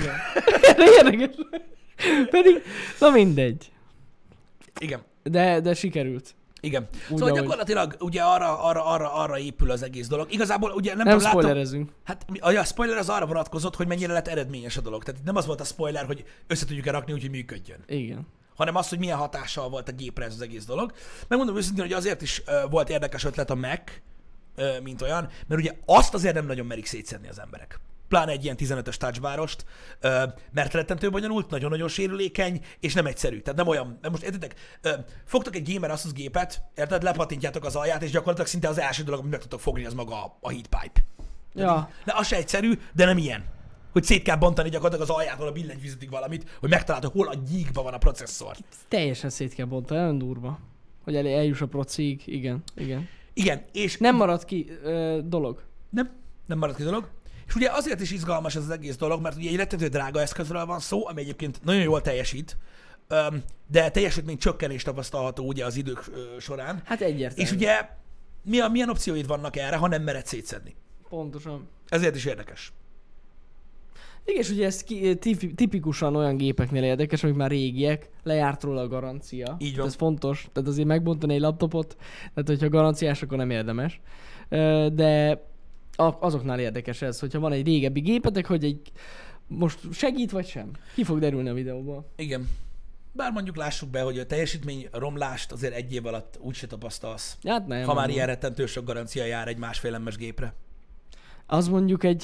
Érdekes. Pedig, na mindegy. Igen. De sikerült. Igen. Úgy, Szóval ahogy. gyakorlatilag ugye arra épül az egész dolog. Igazából ugye nem Nem tudom, látom, spoilerezünk. hát a spoiler az arra vonatkozott, hogy mennyire lett eredményes a dolog. Tehát nem az volt a spoiler, hogy össze tudjuk-e rakni úgy, hogy működjön, Igen. hanem az, hogy milyen hatással volt a gépre ez az egész dolog. Megmondom őszintén, hogy azért is volt érdekes ötlet a Mac, mint olyan, mert ugye azt azért nem nagyon merik szétszedni az emberek. Pláne egy ilyen 15-ös touchbarost, mert rettentő bonyolult, nagyon-nagyon sérülékeny, és nem egyszerű. Tehát nem olyan, de most értitek, fogtok egy Gamer Asus gépet, érted, lepatintjátok az alját, és gyakorlatilag szinte az első dolog, amit meg tudtok fogni, az maga a heat pipe. Ja. De az se egyszerű, de nem ilyen. Hogy szét kell bontani gyakorlatilag az aljától a billentyűzetig valamit, hogy megtalálod, hol a gyíkban van a processzor. Teljesen szét kell bontani, nagyon durva. Hogy eljuss a procig, igen, igen. Igen, és Nem marad ki dolog. nem marad ki dolog. És ugye azért is izgalmas ez az egész dolog, mert ugye egy rettentő drága eszközről van szó, ami egyébként nagyon jól teljesít, de teljesítmény csökkenés tapasztalható ugye az idők során. Hát egyértelmű. És ugye milyen opcióid vannak erre, ha nem mered szétszedni? Pontosan. Ezért is érdekes. Igen, és ugye ez tipikusan olyan gépeknél érdekes, amik már régiek, lejárt róla a garancia. Így van. Ez fontos, tehát azért megbontani egy laptopot, tehát hogyha garanciás, akkor nem érdemes. De azoknál érdekes ez, hogyha van egy régebbi gépetek, hogy egy most segít vagy sem? Ki fog derülni a videóból? Igen. Bár mondjuk lássuk be, hogy a teljesítmény romlást azért egy év alatt úgyse tapasztalsz. Hát nem. Ha már nem. ilyen rettentő sok garancia jár egy 1,5 MS gépre. Az mondjuk egy...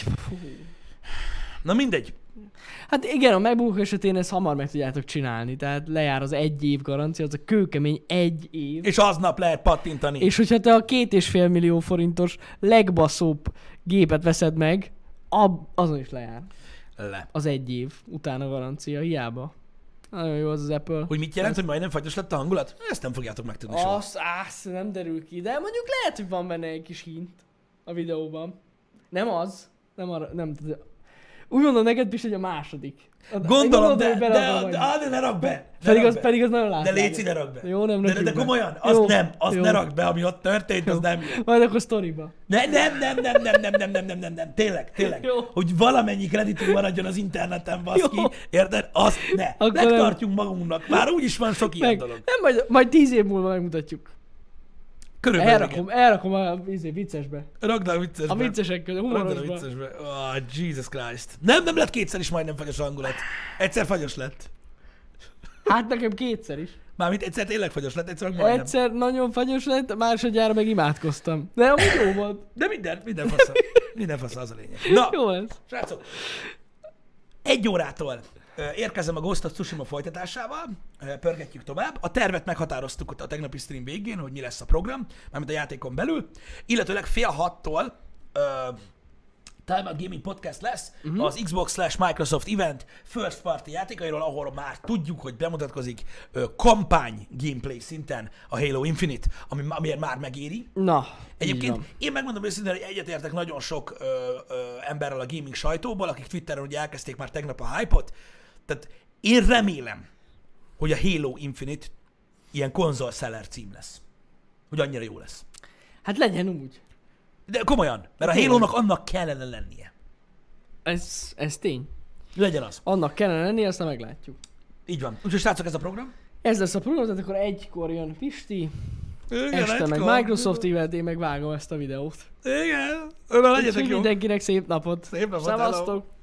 Na mindegy. Hát igen, a MacBook esetén ezt hamar meg tudjátok csinálni, tehát lejár az 1 év garancia, az a kőkemény 1 év. És aznap lehet pattintani. És hogyha te a 2,5 millió forintos legbaszóbb gépet veszed meg, azon is lejár. Le. Az 1 év utána garancia, hiába. Nagyon jó az Apple. Hogy mit jelent, hogy majdnem fagyos lett a hangulat? Ezt nem fogjátok megtudni soha. Azt nem derül ki, de mondjuk lehet, hogy van benne egy kis hint a videóban. Nem az, nem arra, nem. Úgy mondom neked, Pis, hogy a második. Gondolom, hogy de ne rakd be! Pedig az nagyon De látványos. légy ne rakd be! Jó, nem rakjuk De be. komolyan, azt Jó, nem, azt jó. ne rakd be, ami ott történt, az nem jó. Majd akkor sztoriba. Nem, tényleg. Jó. Hogy valamennyi kreditünk maradjon az interneten, baszki, Jó. érted? Azt ne. Akkor Megtartjuk magunknak, már úgyis van sok ilyen dolog. Nem, majd 10 év múlva megmutatjuk. Körülbelül Elrakom a viccesbe. Rakd a viccesbe. A viccesek között, Rakd a humorosba. viccesbe. Oh, Jesus Christ. Nem lett kétszer is majdnem fagyos a hangulat. Egyszer fagyos lett. Hát nekem kétszer is. Mármint egyszer tényleg fagyos lett, egyszer meg majdnem. Egyszer nagyon fagyos lett, másodjára meg imádkoztam. De amúgy jó volt. De minden fasza. Minden fasza, az a lényeg. Na, Jó ez. srácok. 1 órától érkezem a Ghost of Tsushima folytatásával, pörgetjük tovább. A tervet meghatároztuk ott a tegnapi stream végén, hogy mi lesz a program, mármint a játékon belül, illetőleg 5:30-tól Time Out Gaming Podcast lesz, az Xbox/Microsoft Event First Party játékairól, ahol már tudjuk, hogy bemutatkozik kampány gameplay szinten a Halo Infinite, amiért már megéri. Na, Egyébként én megmondom őszintén, hogy egyetértek nagyon sok emberrel a gaming sajtóból, akik Twitteren ugye elkezdték már tegnap a hype-ot. Tehát én remélem, hogy a Halo Infinite ilyen konzol seller cím lesz. Hogy annyira jó lesz. Hát legyen úgy. De komolyan, mert a Halo-nak annak kellene lennie. Ez tény. Legyen az. Annak kellene lenni, aztán meglátjuk. Így van. Úgyhogy srácok, ez a program. Ez lesz a program, tehát akkor 1-kor jön Pisti, Igen, este meg egykor. Microsoft Event, én meg vágom ezt a videót. Igen. Legyetek Úgyhogy jó. mindenkinek szép napot. Szép napot, hello. Szevasztok!